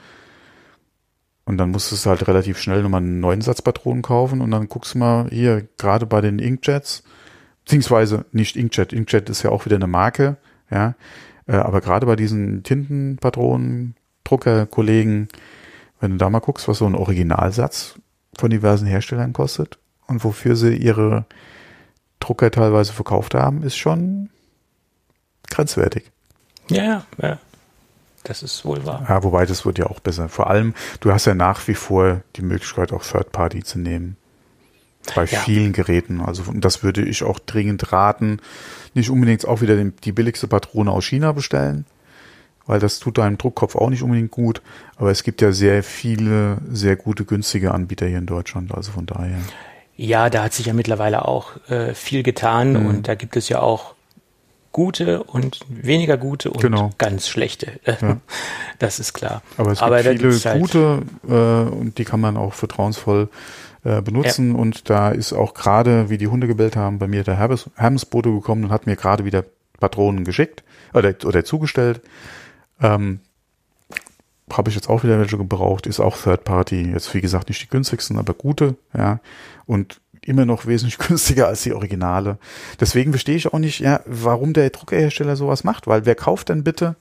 S2: Und dann musstest du halt relativ schnell nochmal einen neuen Satz Patronen kaufen und dann guckst du mal hier, gerade bei den Inkjets, beziehungsweise nicht Inkjet, Inkjet ist ja auch wieder eine Marke, ja, äh, aber gerade bei diesen Tintenpatronen, Druckerkollegen, wenn du da mal guckst, was so ein Originalsatz von diversen Herstellern kostet und wofür sie ihre Drucker teilweise verkauft haben, ist schon grenzwertig.
S3: Ja, ja, das ist wohl wahr.
S2: Ja, wobei das wird ja auch besser. Vor allem, du hast ja nach wie vor die Möglichkeit, auch Third Party zu nehmen. Bei ja. vielen Geräten. Also und das würde ich auch dringend raten, nicht unbedingt auch wieder den, die billigste Patrone aus China bestellen, weil das tut deinem Druckkopf auch nicht unbedingt gut. Aber es gibt ja sehr viele, sehr gute, günstige Anbieter hier in Deutschland. Also von daher...
S3: Ja, da hat sich ja mittlerweile auch äh, viel getan mhm. und da gibt es ja auch gute und weniger gute und
S2: genau.
S3: ganz schlechte.
S2: Ja.
S3: Das ist klar.
S2: Aber es
S3: Aber
S2: gibt viele halt gute äh, und die kann man auch vertrauensvoll äh, benutzen ja. und da ist auch gerade, wie die Hunde gebellt haben, bei mir der Hermes, Hermes-Bote gekommen und hat mir gerade wieder Patronen geschickt oder, oder zugestellt. Ähm, habe ich jetzt auch wieder welche gebraucht, ist auch Third Party, jetzt wie gesagt nicht die günstigsten, aber gute, ja, und immer noch wesentlich günstiger als die Originale. Deswegen verstehe ich auch nicht, ja, warum der Druckerhersteller sowas macht, weil wer kauft denn bitte?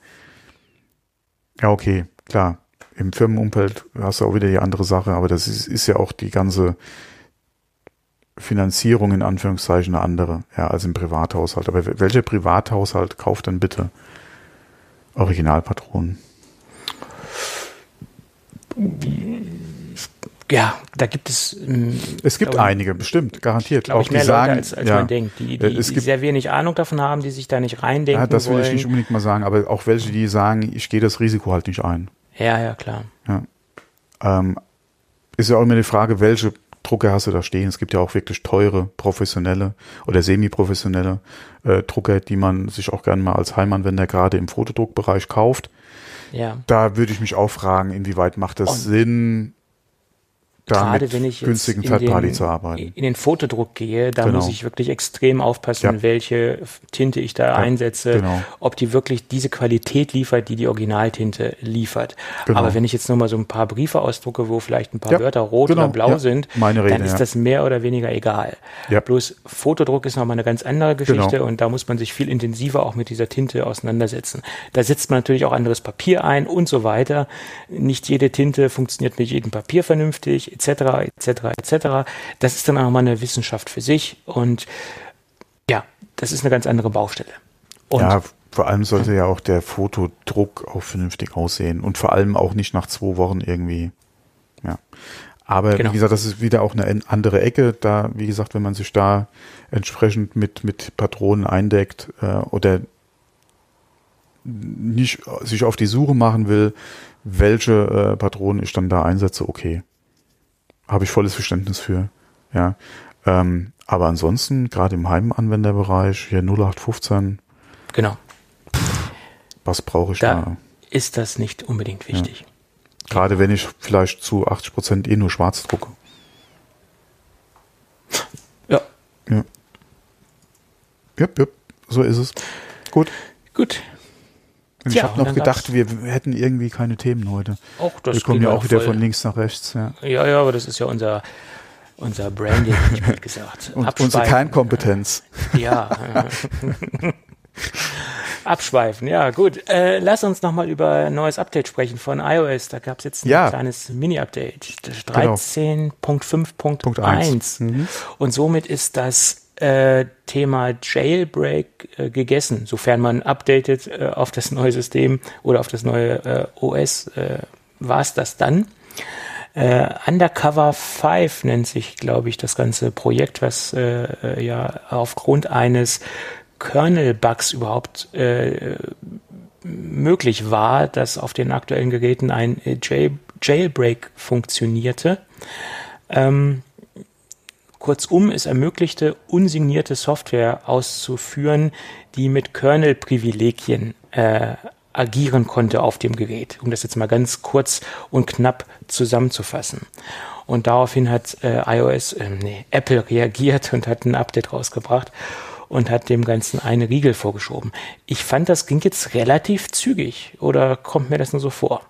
S2: Ja, okay, klar, im Firmenumfeld hast du auch wieder die andere Sache, aber das ist, ist ja auch die ganze Finanzierung in Anführungszeichen eine andere, ja, als im Privathaushalt. Aber welcher Privathaushalt kauft denn bitte Originalpatronen?
S3: Ja, da gibt es... Ähm,
S2: es gibt
S3: glaube,
S2: einige, bestimmt, garantiert.
S3: Auch
S2: ich,
S3: mehr
S2: die
S3: Leute,
S2: sagen,
S3: als, als
S2: ja,
S3: man denkt, die, die,
S2: es
S3: die
S2: gibt,
S3: sehr wenig Ahnung davon haben, die sich da nicht reindenken wollen.
S2: Ja, das will
S3: wollen.
S2: ich nicht unbedingt mal sagen, aber auch welche, die sagen, ich gehe das Risiko halt nicht ein.
S3: Ja, ja, klar.
S2: Ja. Ähm, ist ja auch immer die Frage, welche Drucker hast du da stehen? Es gibt ja auch wirklich teure, professionelle oder semi-professionelle äh, Drucker, die man sich auch gerne mal als Heimanwender gerade im Fotodruckbereich kauft.
S3: Ja.
S2: Da würde ich mich auch fragen, inwieweit macht es
S3: Und
S2: Sinn, da
S3: gerade
S2: mit
S3: wenn ich
S2: günstigen
S3: jetzt
S2: Third Party
S3: den,
S2: zu arbeiten.
S3: in den Fotodruck gehe, da
S2: genau.
S3: muss ich wirklich extrem aufpassen,
S2: ja.
S3: welche Tinte ich da
S2: ja,
S3: einsetze,
S2: genau.
S3: ob die wirklich diese Qualität liefert, die die Originaltinte liefert.
S2: Genau.
S3: Aber wenn ich jetzt nur mal so ein paar Briefe ausdrucke, wo vielleicht ein paar
S2: ja,
S3: Wörter rot
S2: genau.
S3: oder blau
S2: ja.
S3: sind,
S2: Meine Rede,
S3: dann ist
S2: ja.
S3: das mehr oder weniger egal.
S2: Ja.
S3: Bloß Fotodruck ist nochmal eine ganz andere Geschichte
S2: genau.
S3: und da muss man sich viel intensiver auch mit dieser Tinte auseinandersetzen. Da setzt man natürlich auch anderes Papier ein und so weiter. Nicht jede Tinte funktioniert mit jedem Papier vernünftig, et cetera, et cetera, et cetera. Das ist dann auch mal eine Wissenschaft für sich und ja, das ist eine ganz andere Baustelle. Und
S2: ja, vor allem sollte ja auch der Fotodruck auch vernünftig aussehen und vor allem auch nicht nach zwei Wochen irgendwie, ja. Aber genau. wie gesagt, das ist wieder auch eine andere Ecke. Da, wie gesagt, wenn man sich da entsprechend mit, mit Patronen eindeckt äh, oder nicht sich auf die Suche machen will, welche äh, Patronen ich dann da einsetze, okay. Habe ich volles Verständnis für, ja. Ähm, aber ansonsten, gerade im Heimanwenderbereich, hier null acht fünfzehn.
S3: Genau.
S2: Was brauche ich
S3: da?
S2: Da
S3: ist das nicht unbedingt wichtig.
S2: Ja. Gerade wenn ich vielleicht zu achtzig Prozent eh nur schwarz drucke.
S3: Ja.
S2: Ja. Jupp, jupp, so ist es. Gut.
S3: Gut.
S2: Und ich habe noch gedacht, wir hätten irgendwie keine Themen heute.
S3: Auch das
S2: wir kommen ja auch wieder voll von links nach rechts.
S3: Ja, ja, ja, aber das ist ja unser, unser Branding, hätte ich gut gesagt.
S2: Und unsere Kernkompetenz.
S3: Ja. Abschweifen, ja gut. Äh, lass uns nochmal über ein neues Update sprechen von iOS. Da gab es jetzt ein ja. kleines Mini-Update. dreizehn Punkt fünf Punkt eins. Mhm. Und somit ist das Äh, Thema Jailbreak äh, gegessen, sofern man updatet äh, auf das neue System oder auf das neue äh, O S, äh, war es das dann. Äh, Undercover fünf nennt sich, glaube ich, das ganze Projekt, was äh, ja aufgrund eines Kernel-Bugs überhaupt äh, möglich war, dass auf den aktuellen Geräten ein Jail- Jailbreak funktionierte. Ähm, Kurzum, es ermöglichte, unsignierte Software auszuführen, die mit Kernel-Privilegien äh, agieren konnte auf dem Gerät, um das jetzt mal ganz kurz und knapp zusammenzufassen. Und daraufhin hat äh, iOS, äh, nee, Apple reagiert und hat ein Update rausgebracht und hat dem Ganzen eine Riegel vorgeschoben. Ich fand, das ging jetzt relativ zügig, oder kommt mir das nur so vor?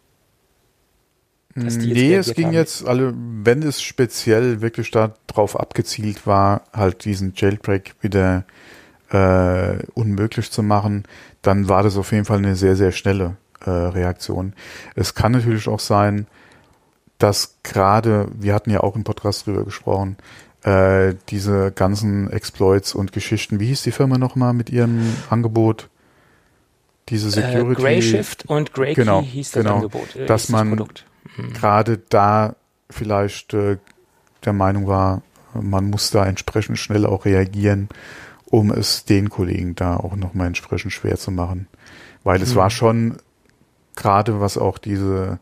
S2: Nee, es ging haben. jetzt, alle, wenn es speziell wirklich darauf abgezielt war, halt diesen Jailbreak wieder äh, unmöglich zu machen, dann war das auf jeden Fall eine sehr, sehr schnelle äh, Reaktion. Es kann natürlich auch sein, dass gerade, wir hatten ja auch im Podcast drüber gesprochen, äh, diese ganzen Exploits und Geschichten, wie hieß die Firma nochmal mit ihrem Angebot? Diese Security.
S3: Äh, Grayshift und Graykey
S2: genau,
S3: hieß das
S2: genau,
S3: Angebot.
S2: Äh, dass man
S3: Produkt.
S2: gerade da vielleicht äh, der Meinung war, man muss da entsprechend schnell auch reagieren, um es den Kollegen da auch nochmal entsprechend schwer zu machen. Weil es mhm. war schon gerade, was auch diese,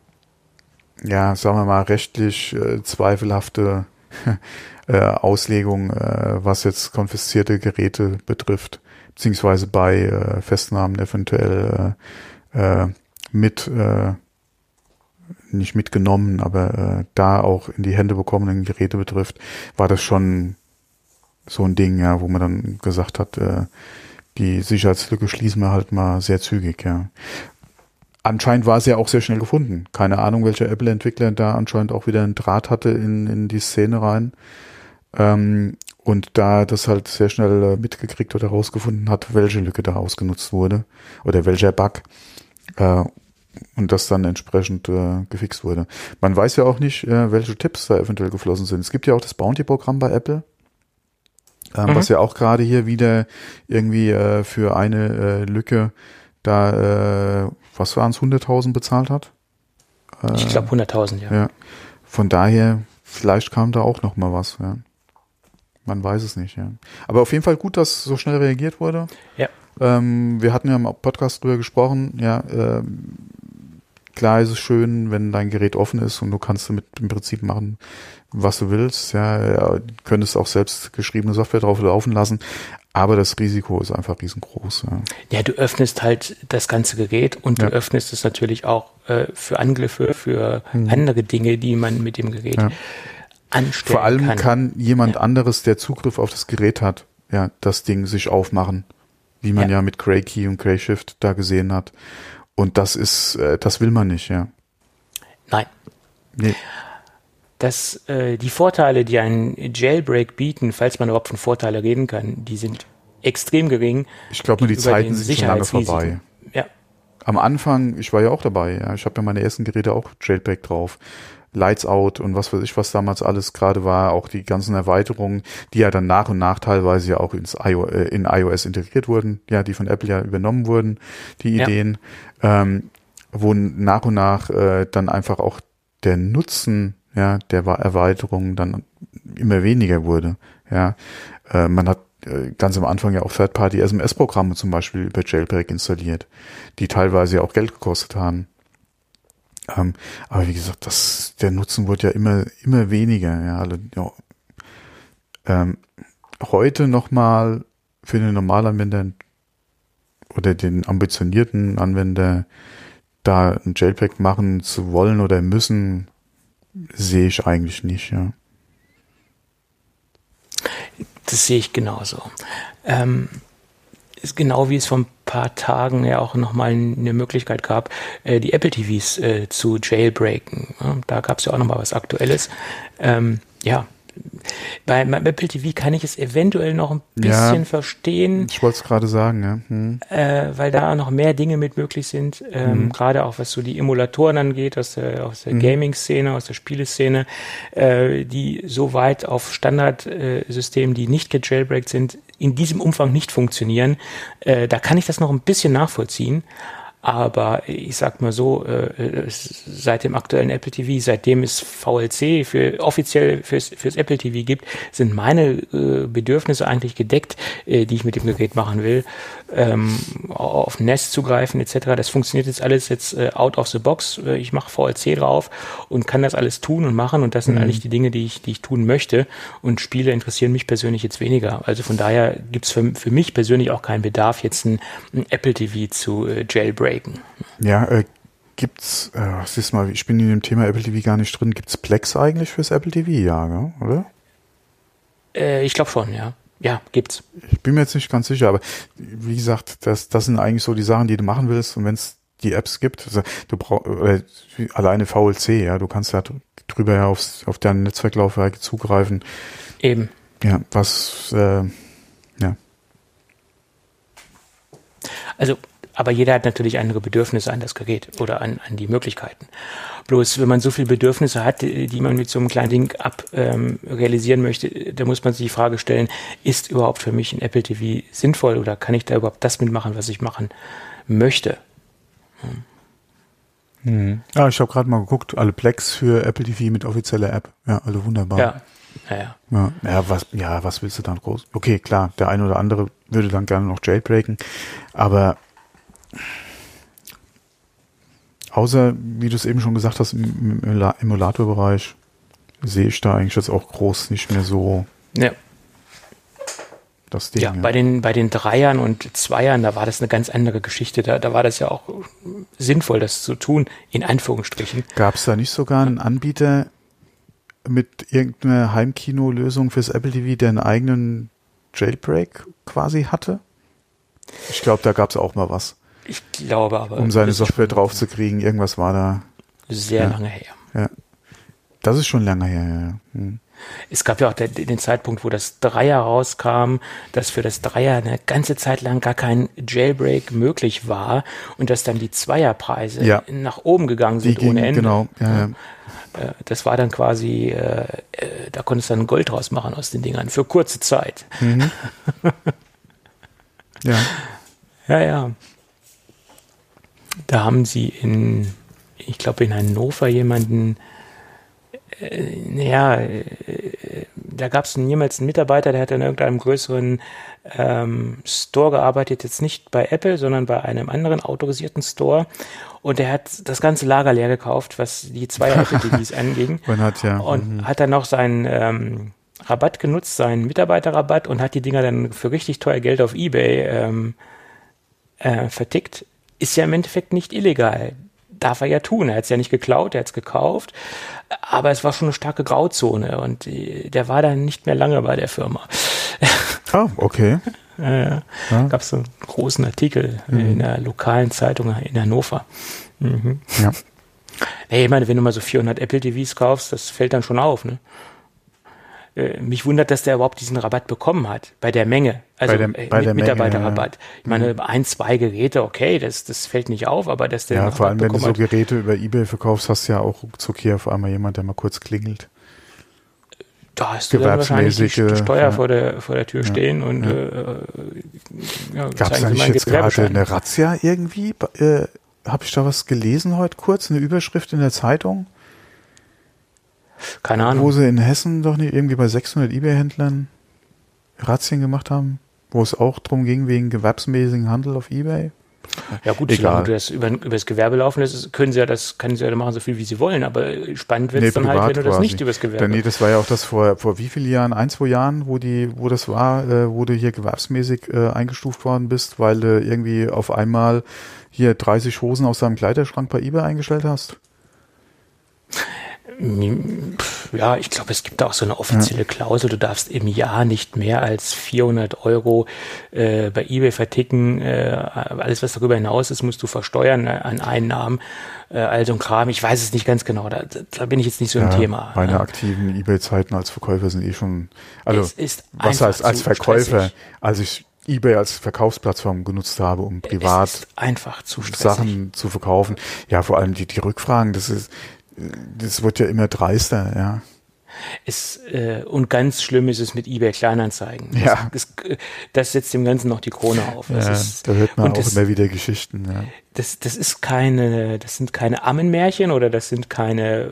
S2: ja, sagen wir mal, rechtlich äh, zweifelhafte äh, Auslegung, äh, was jetzt konfiszierte Geräte betrifft, beziehungsweise bei äh, Festnahmen eventuell äh, äh, mit äh, nicht mitgenommen, aber äh, da auch in die Hände bekommenen Geräte betrifft, war das schon so ein Ding, ja, wo man dann gesagt hat, äh, die Sicherheitslücke schließen wir halt mal sehr zügig, ja. Anscheinend war es ja auch sehr schnell gefunden. Keine Ahnung, welcher Apple-Entwickler da anscheinend auch wieder einen Draht hatte in, in die Szene rein. Ähm, und da das halt sehr schnell äh, mitgekriegt oder herausgefunden hat, welche Lücke da ausgenutzt wurde oder welcher Bug. Äh, und das dann entsprechend äh, gefixt wurde. Man weiß ja auch nicht, äh, welche Tipps da eventuell geflossen sind. Es gibt ja auch das Bounty-Programm bei Apple, äh, mhm. was ja auch gerade hier wieder irgendwie äh, für eine äh, Lücke da, äh, was waren es, hunderttausend bezahlt hat?
S3: Äh, ich glaube hunderttausend, ja.
S2: ja. Von daher, vielleicht kam da auch noch mal was, ja. Man weiß es nicht, ja. Aber auf jeden Fall gut, dass so schnell reagiert wurde.
S3: Ja.
S2: Ähm, wir hatten ja im Podcast drüber gesprochen, ja, ähm, klar ist es schön, wenn dein Gerät offen ist und du kannst damit im Prinzip machen, was du willst. Ja, ja, könntest auch selbst geschriebene Software drauf laufen lassen, aber das Risiko ist einfach riesengroß. Ja,
S3: ja du öffnest halt das ganze Gerät und ja. du öffnest es natürlich auch äh, für Angriffe, für mhm. andere Dinge, die man mit dem Gerät ja. anstellen
S2: Vor allem
S3: kann,
S2: kann jemand
S3: ja.
S2: anderes, der Zugriff auf das Gerät hat, ja, das Ding sich aufmachen, wie man ja, ja mit Graykey und Grayshift da gesehen hat. Und das ist, äh, das will man nicht, ja.
S3: Nein.
S2: Nee.
S3: Das, äh, die Vorteile, die ein Jailbreak bieten, falls man überhaupt von Vorteilen reden kann, die sind extrem gering.
S2: Ich glaube, nur die Zeiten sind schon lange vorbei.
S3: Ja.
S2: Am Anfang, ich war ja auch dabei, ja. Ich habe ja meine ersten Geräte auch Jailbreak drauf. Lights Out und was weiß ich, was damals alles gerade war, auch die ganzen Erweiterungen, die ja dann nach und nach teilweise ja auch ins I O, äh, in iOS integriert wurden, ja, die von Apple ja übernommen wurden, die ja. Ideen, ähm, wo nach und nach äh, dann einfach auch der Nutzen, ja, der Erweiterungen dann immer weniger wurde, ja. Äh, man hat äh, ganz am Anfang ja auch Third-Party-S M S-Programme zum Beispiel über Jailbreak installiert, die teilweise ja auch Geld gekostet haben. Ähm, aber wie gesagt, das, der Nutzen wird ja immer, immer weniger. Ja, also, ja. Ähm, heute nochmal für den Normalanwender oder den ambitionierten Anwender da ein Jailbreak machen zu wollen oder müssen, sehe ich eigentlich nicht. Ja.
S3: Das sehe ich genauso. Ähm, ist genau wie es vom paar Tagen ja auch nochmal eine Möglichkeit gab, äh, die Apple T Vs äh, zu jailbreaken. Ja, da gab es ja auch nochmal was Aktuelles. Ähm, ja, bei meinem Apple T V kann ich es eventuell noch ein bisschen
S2: ja,
S3: verstehen.
S2: Ich wollte es gerade sagen, ja. Hm.
S3: Äh, weil da noch mehr Dinge mit möglich sind, ähm, mhm. gerade auch was so die Emulatoren angeht, aus der, aus der mhm. Gaming-Szene, aus der Spieleszene, äh, die so weit auf Standardsystemen, äh, die nicht gejailbreakt sind, in diesem Umfang nicht funktionieren. Äh, da kann ich das noch ein bisschen nachvollziehen. Aber ich sag mal so, äh, seit dem aktuellen Apple T V, seitdem es V L C für offiziell fürs, fürs Apple T V gibt, sind meine äh, Bedürfnisse eigentlich gedeckt, äh, die ich mit dem Gerät machen will. Ähm, auf N E S zugreifen et cetera. Das funktioniert jetzt alles jetzt äh, out of the box. Ich mache V L C drauf und kann das alles tun und machen. Und das sind mhm. eigentlich die Dinge, die ich, die ich tun möchte. Und Spiele interessieren mich persönlich jetzt weniger. Also von daher gibt's für, für mich persönlich auch keinen Bedarf, jetzt ein, ein Apple T V zu äh, jailbreaken.
S2: Ja, äh, gibt's, äh, siehst mal, ich bin in dem Thema Apple T V gar nicht drin. Gibt's Plex eigentlich fürs Apple T V? Ja, gell? Oder?
S3: Äh, ich glaube schon, ja. Ja, gibt's.
S2: Ich bin mir jetzt nicht ganz sicher, aber wie gesagt, das, das sind eigentlich so die Sachen, die du machen willst. Und wenn es die Apps gibt, also du brauchst äh, alleine V L C, ja, du kannst ja drüber ja aufs, auf deine Netzwerklaufwerke zugreifen.
S3: Eben.
S2: Ja, was, äh, ja.
S3: Also, aber jeder hat natürlich andere Bedürfnisse an das Gerät oder an, an die Möglichkeiten. Bloß, wenn man so viele Bedürfnisse hat, die man mit so einem kleinen Ding ab ähm, realisieren möchte, da muss man sich die Frage stellen, ist überhaupt für mich ein Apple T V sinnvoll oder kann ich da überhaupt das mitmachen, was ich machen möchte?
S2: Hm. Hm. Ja, ich habe gerade mal geguckt, alle Plex für Apple T V mit offizieller App. Ja, also wunderbar.
S3: Ja. Ja, ja.
S2: Ja, ja, was, ja, was willst du dann groß? Okay, klar, der eine oder andere würde dann gerne noch jailbreaken, aber außer, wie du es eben schon gesagt hast, im Emulatorbereich sehe ich da eigentlich jetzt auch groß nicht mehr so
S3: ja.
S2: das Ding.
S3: Ja, ja, bei den, bei den Dreiern und Zweiern, da war das eine ganz andere Geschichte. Da, da war das ja auch sinnvoll, das zu tun, in Anführungsstrichen.
S2: Gab es da nicht sogar einen Anbieter mit irgendeiner Heimkino-Lösung fürs Apple T V, der einen eigenen Jailbreak quasi hatte? Ich glaube, da gab es auch mal was.
S3: Ich glaube aber.
S2: Um seine Software drauf zu kriegen, irgendwas war da.
S3: Sehr
S2: ja,
S3: lange her.
S2: Ja. Das ist schon lange her, ja. Hm.
S3: Es gab ja auch den, den Zeitpunkt, wo das Dreier rauskam, dass für das Dreier eine ganze Zeit lang gar kein Jailbreak möglich war und dass dann die Zweierpreise ja. nach oben gegangen sind
S2: die
S3: ohne
S2: ging,
S3: Ende.
S2: Genau, ja, ja.
S3: Das war dann quasi, äh, da konntest du dann Gold draus machen aus den Dingern, für kurze Zeit.
S2: Mhm. Ja.
S3: Ja, ja. Da haben sie in, ich glaube in Hannover jemanden, äh, naja, äh, da gab es jemals einen Mitarbeiter, der hat in irgendeinem größeren ähm, Store gearbeitet, jetzt nicht bei Apple, sondern bei einem anderen autorisierten Store. Und der hat das ganze Lager leer gekauft, was die zwei Apple T Vs anging.
S2: Man hat ja.
S3: Und
S2: mhm.
S3: hat dann noch seinen ähm, Rabatt genutzt, seinen Mitarbeiterrabatt und hat die Dinger dann für richtig teuer Geld auf eBay ähm, äh, vertickt. Ist ja im Endeffekt nicht illegal. Darf er ja tun. Er hat es ja nicht geklaut, er hat es gekauft. Aber es war schon eine starke Grauzone und die, der war dann nicht mehr lange bei der Firma.
S2: Oh, okay.
S3: Ja, ja. Gab es so einen großen Artikel mhm. in einer lokalen Zeitung in Hannover. Mhm.
S2: Ja.
S3: Hey, ich meine, wenn du mal so vierhundert Apple T Vs kaufst, das fällt dann schon auf, ne? Mich wundert, dass der überhaupt diesen Rabatt bekommen hat, bei der Menge, also
S2: bei der,
S3: äh,
S2: bei
S3: mit
S2: der
S3: Mitarbeiterrabatt.
S2: Menge, ja.
S3: Ich meine, mhm. ein, zwei Geräte, okay, das, das fällt nicht auf, aber dass der
S2: ja,
S3: Rabatt
S2: vor allem, wenn du so
S3: hat,
S2: Geräte über eBay verkaufst, hast du ja auch ruckzuck hier auf einmal jemand, der mal kurz klingelt.
S3: Da hast du dann wahrscheinlich die Steuer
S2: ja.
S3: vor der vor der Tür ja. stehen und
S2: ja.
S3: äh, ja,
S2: gab es da nicht jetzt gerade eine Razzia irgendwie? Äh, Habe ich da was gelesen heute kurz, eine Überschrift in der Zeitung?
S3: Keine Ahnung.
S2: Wo sie in Hessen doch nicht irgendwie bei sechshundert eBay-Händlern Razzien gemacht haben, wo es auch drum ging, wegen gewerbsmäßigen Handel auf eBay.
S3: Ja gut, solange du das über, über das Gewerbe laufen lässt, können sie ja das, können sie ja machen so viel wie sie wollen, aber spannend wird es nee, dann halt, wenn du das nicht über das Gewerbe.
S2: Nee, das war ja auch das vor, vor wie vielen Jahren, ein, zwei Jahren, wo die, wo das war, äh, wo du hier gewerbsmäßig äh, eingestuft worden bist, weil du irgendwie auf einmal hier dreißig Hosen aus deinem Kleiderschrank bei eBay eingestellt hast.
S3: Ja, ich glaube, es gibt auch so eine offizielle Klausel, du darfst im Jahr nicht mehr als vierhundert Euro äh, bei eBay verticken. Äh, alles, was darüber hinaus ist, musst du versteuern äh, an Einnahmen. Äh, also ein Kram, ich weiß es nicht ganz genau, da, da bin ich jetzt nicht so im
S2: ja,
S3: Thema.
S2: Meine
S3: ja.
S2: aktiven eBay-Zeiten als Verkäufer sind eh schon, also
S3: es ist
S2: was heißt als Verkäufer,
S3: stressig.
S2: als ich eBay als Verkaufsplattform genutzt habe, um privat
S3: es ist einfach zu stressig.
S2: Sachen zu verkaufen. Ja, vor allem die, die Rückfragen, das ist, das wird ja immer dreister, ja.
S3: Es, äh, und ganz schlimm ist es mit eBay Kleinanzeigen. Das,
S2: Ja.
S3: das, das setzt dem Ganzen noch die Krone auf. Das
S2: Ja,
S3: ist,
S2: da hört man auch
S3: das,
S2: immer wieder Geschichten. Ja.
S3: Das, das ist keine, das sind keine Ammenmärchen oder das sind keine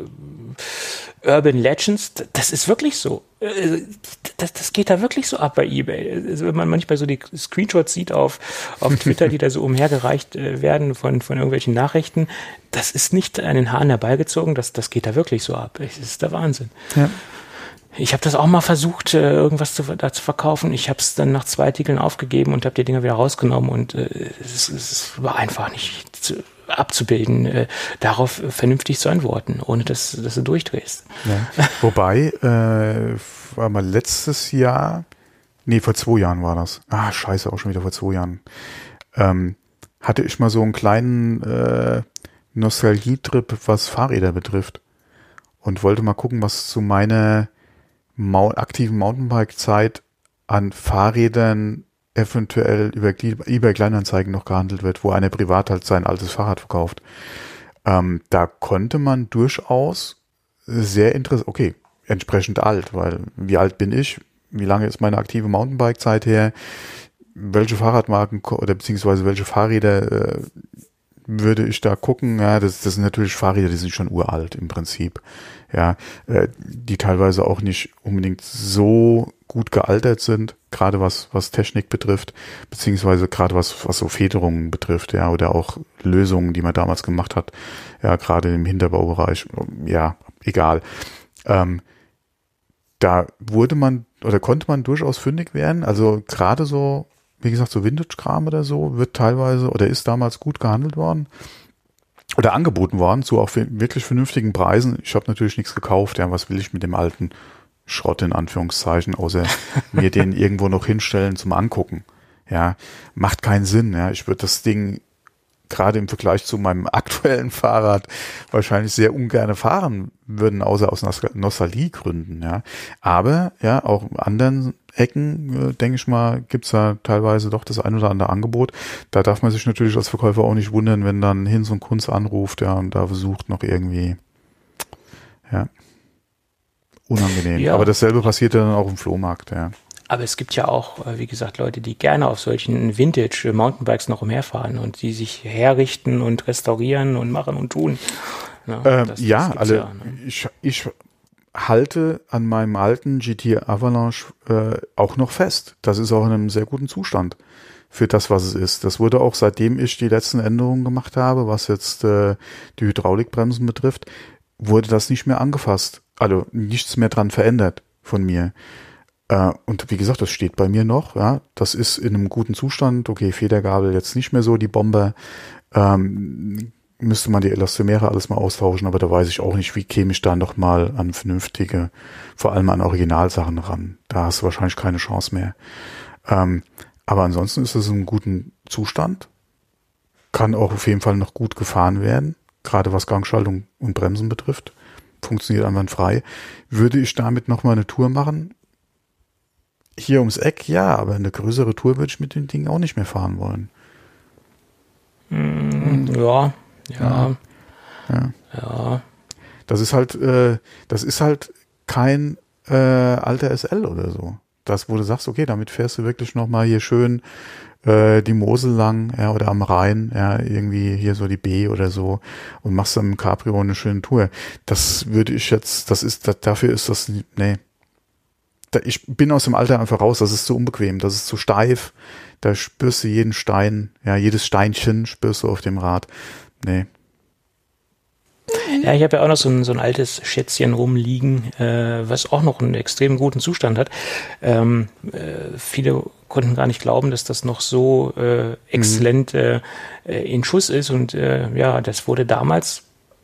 S3: äh, Urban Legends. Das ist wirklich so. Das, das geht da wirklich so ab bei eBay. Also wenn man manchmal so die Screenshots sieht auf, auf Twitter, die da so umhergereicht werden von, von irgendwelchen Nachrichten, das ist nicht an den Haaren herbeigezogen, das, das geht da wirklich so ab. Das ist der Wahnsinn. Ja. Ich habe das auch mal versucht, irgendwas zu, da zu verkaufen. Ich habe es dann nach zwei Artikeln aufgegeben und habe die Dinger wieder rausgenommen und äh, es, es war einfach nicht zu, abzubilden, äh, darauf vernünftig zu antworten, ohne dass, dass du durchdrehst.
S2: Ja. Wobei, äh, war mal letztes Jahr, nee, vor zwei Jahren war das. Ah, scheiße, auch schon wieder vor zwei Jahren. Ähm, hatte ich mal so einen kleinen äh, Nostalgietrip, was Fahrräder betrifft. Und wollte mal gucken, was zu meiner Mau- aktiven Mountainbike-Zeit an Fahrrädern eventuell über eBay Kleinanzeigen noch gehandelt wird, wo einer privat halt sein altes Fahrrad verkauft. Ähm, da konnte man durchaus sehr interessant, okay, entsprechend alt, weil wie alt bin ich? Wie lange ist meine aktive Mountainbike-Zeit her? Welche Fahrradmarken oder beziehungsweise welche Fahrräder äh, würde ich da gucken? Ja, das, das sind natürlich Fahrräder, die sind schon uralt im Prinzip. Ja, äh, die teilweise auch nicht unbedingt so gut gealtert sind, gerade was was Technik betrifft, beziehungsweise gerade was was so Federungen betrifft, ja, oder auch Lösungen, die man damals gemacht hat, ja, gerade im Hinterbaubereich, ja, egal. Ähm, da wurde man oder konnte man durchaus fündig werden, also gerade so, wie gesagt, so Vintage-Kram oder so wird teilweise oder ist damals gut gehandelt worden oder angeboten worden zu auch wirklich vernünftigen Preisen. Ich habe natürlich nichts gekauft, ja, was will ich mit dem alten Schrott in Anführungszeichen, außer mir den irgendwo noch hinstellen zum Angucken. Ja, macht keinen Sinn, ja. Ich würde das Ding gerade im Vergleich zu meinem aktuellen Fahrrad wahrscheinlich sehr ungern fahren würden, außer aus Nostalgiegründen, ja. Aber ja, auch in anderen Ecken, äh, denke ich mal, gibt's da teilweise doch das ein oder andere Angebot. Da darf man sich natürlich als Verkäufer auch nicht wundern, wenn dann Hinz und Kunz anruft, ja, und da versucht noch irgendwie, ja, unangenehm. Ja. Aber dasselbe passiert dann auch im Flohmarkt, ja.
S3: Aber es gibt ja auch, wie gesagt, Leute, die gerne auf solchen Vintage-Mountainbikes noch umherfahren und die sich herrichten und restaurieren und machen und tun.
S2: Ja, ähm, das, ja das alle. Ja, ne? ich, ich halte an meinem alten G T Avalanche äh, auch noch fest. Das ist auch in einem sehr guten Zustand für das, was es ist. Das wurde auch, seitdem ich die letzten Änderungen gemacht habe, was jetzt äh, die Hydraulikbremsen betrifft, wurde das nicht mehr angefasst. Also nichts mehr dran verändert von mir. Und wie gesagt, das steht bei mir noch, ja, das ist in einem guten Zustand, okay, Federgabel jetzt nicht mehr so die Bombe, ähm, müsste man die Elastomere alles mal austauschen, aber da weiß ich auch nicht, wie käme ich da noch mal an vernünftige, vor allem an Originalsachen ran, da hast du wahrscheinlich keine Chance mehr. Ähm, aber ansonsten ist es in einem guten Zustand, kann auch auf jeden Fall noch gut gefahren werden, gerade was Gangschaltung und Bremsen betrifft, funktioniert einwandfrei. Würde ich damit noch mal eine Tour machen? Hier ums Eck, ja, aber eine größere Tour würde ich mit den Dingen auch nicht mehr fahren wollen.
S3: Mm, ja, ja,
S2: ja, ja. Das ist halt, äh, das ist halt kein äh, alter S L oder so. Das, wo du sagst, okay, damit fährst du wirklich nochmal hier schön äh, die Mosel lang, ja, oder am Rhein, ja, irgendwie hier so die B oder so und machst dann mit dem Cabrio eine schöne Tour. Das würde ich jetzt, das ist, das, dafür ist das, nee. Ich bin aus dem Alter einfach raus, das ist zu unbequem, das ist zu steif, da spürst du jeden Stein, ja, jedes Steinchen spürst du auf dem Rad. Nee.
S3: Ja, ich habe ja auch noch so ein, so ein altes Schätzchen rumliegen, äh, was auch noch einen extrem guten Zustand hat. Ähm, äh, viele konnten gar nicht glauben, dass das noch so äh, exzellent äh, in Schuss ist und äh, ja, das wurde damals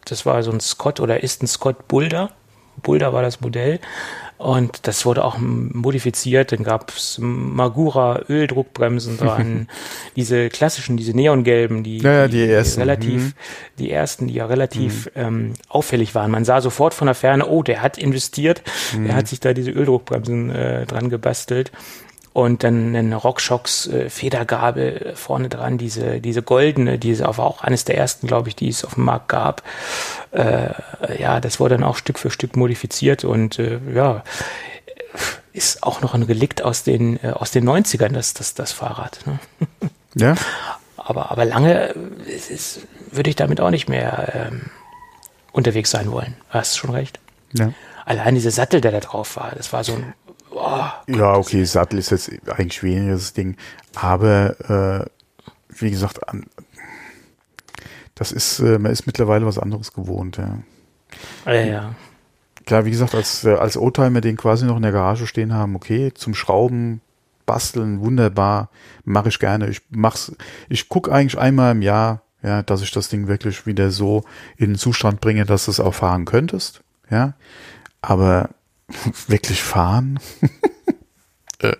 S3: das war so ein Scott oder ist ein Scott Boulder. Boulder war das Modell. Und das wurde auch modifiziert. Dann gab es Magura Öldruckbremsen dran. Diese klassischen, diese neongelben, die,
S2: ja, ja, die,
S3: die
S2: ersten.
S3: relativ,
S2: mhm.
S3: die ersten, die ja relativ mhm. ähm, auffällig waren. Man sah sofort von der Ferne, oh, der hat investiert. Mhm. Der hat sich da diese Öldruckbremsen äh, dran gebastelt. Und dann eine RockShox äh, Federgabel vorne dran, diese diese goldene, diese war auch eines der ersten, glaube ich, die es auf dem Markt gab. Äh, ja, das wurde dann auch Stück für Stück modifiziert und äh, ja, ist auch noch ein Relikt aus den äh, aus den neunzigern, das das das Fahrrad. Ne?
S2: Ja.
S3: Aber aber lange ist, ist, würde ich damit auch nicht mehr ähm, unterwegs sein wollen. Hast schon recht.
S2: Ja.
S3: Allein dieser Sattel, der da drauf war, das war so ein Oh,
S2: ja, okay, Sattel ist jetzt eigentlich weniger das Ding, aber äh, wie gesagt, an, das ist, äh, man ist mittlerweile was anderes gewohnt. Ja.
S3: Ja, ja.
S2: Klar, wie gesagt, als, äh, als Oldtimer den quasi noch in der Garage stehen haben, okay, zum Schrauben, Basteln, wunderbar, mache ich gerne. Ich mach's, ich gucke eigentlich einmal im Jahr, ja, dass ich das Ding wirklich wieder so in den Zustand bringe, dass du es auch fahren könntest, ja, aber wirklich fahren?
S3: äh.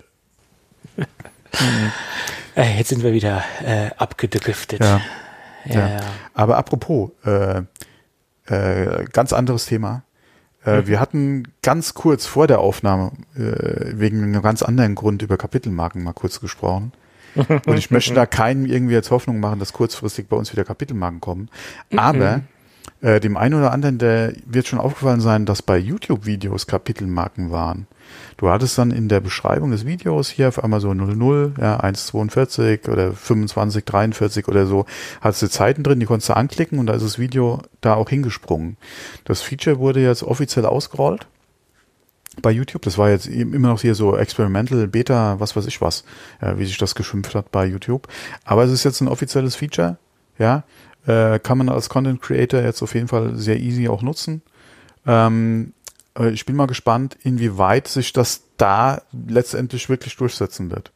S3: Jetzt sind wir wieder äh, abgedriftet.
S2: Ja.
S3: Ja,
S2: ja. Ja. Aber apropos, äh, äh, ganz anderes Thema. Äh, mhm. Wir hatten ganz kurz vor der Aufnahme äh, wegen einem ganz anderen Grund über Kapitelmarken mal kurz gesprochen. Und ich möchte da keinem irgendwie jetzt Hoffnung machen, dass kurzfristig bei uns wieder Kapitelmarken kommen. Aber mhm. Äh, dem einen oder anderen, der wird schon aufgefallen sein, dass bei YouTube-Videos Kapitelmarken waren. Du hattest dann in der Beschreibung des Videos hier auf einmal so null null, ja, eins zweiundvierzig oder fünfundzwanzig dreiundvierzig oder so, hattest du Zeiten drin, die konntest du anklicken und da ist das Video da auch hingesprungen. Das Feature wurde jetzt offiziell ausgerollt bei YouTube. Das war jetzt immer noch hier so Experimental, Beta, was weiß ich was, ja, wie sich das geschimpft hat bei YouTube. Aber es ist jetzt ein offizielles Feature, ja, Äh, kann man als Content Creator jetzt auf jeden Fall sehr easy auch nutzen. Ähm, ich bin mal gespannt, inwieweit sich das da letztendlich wirklich durchsetzen wird.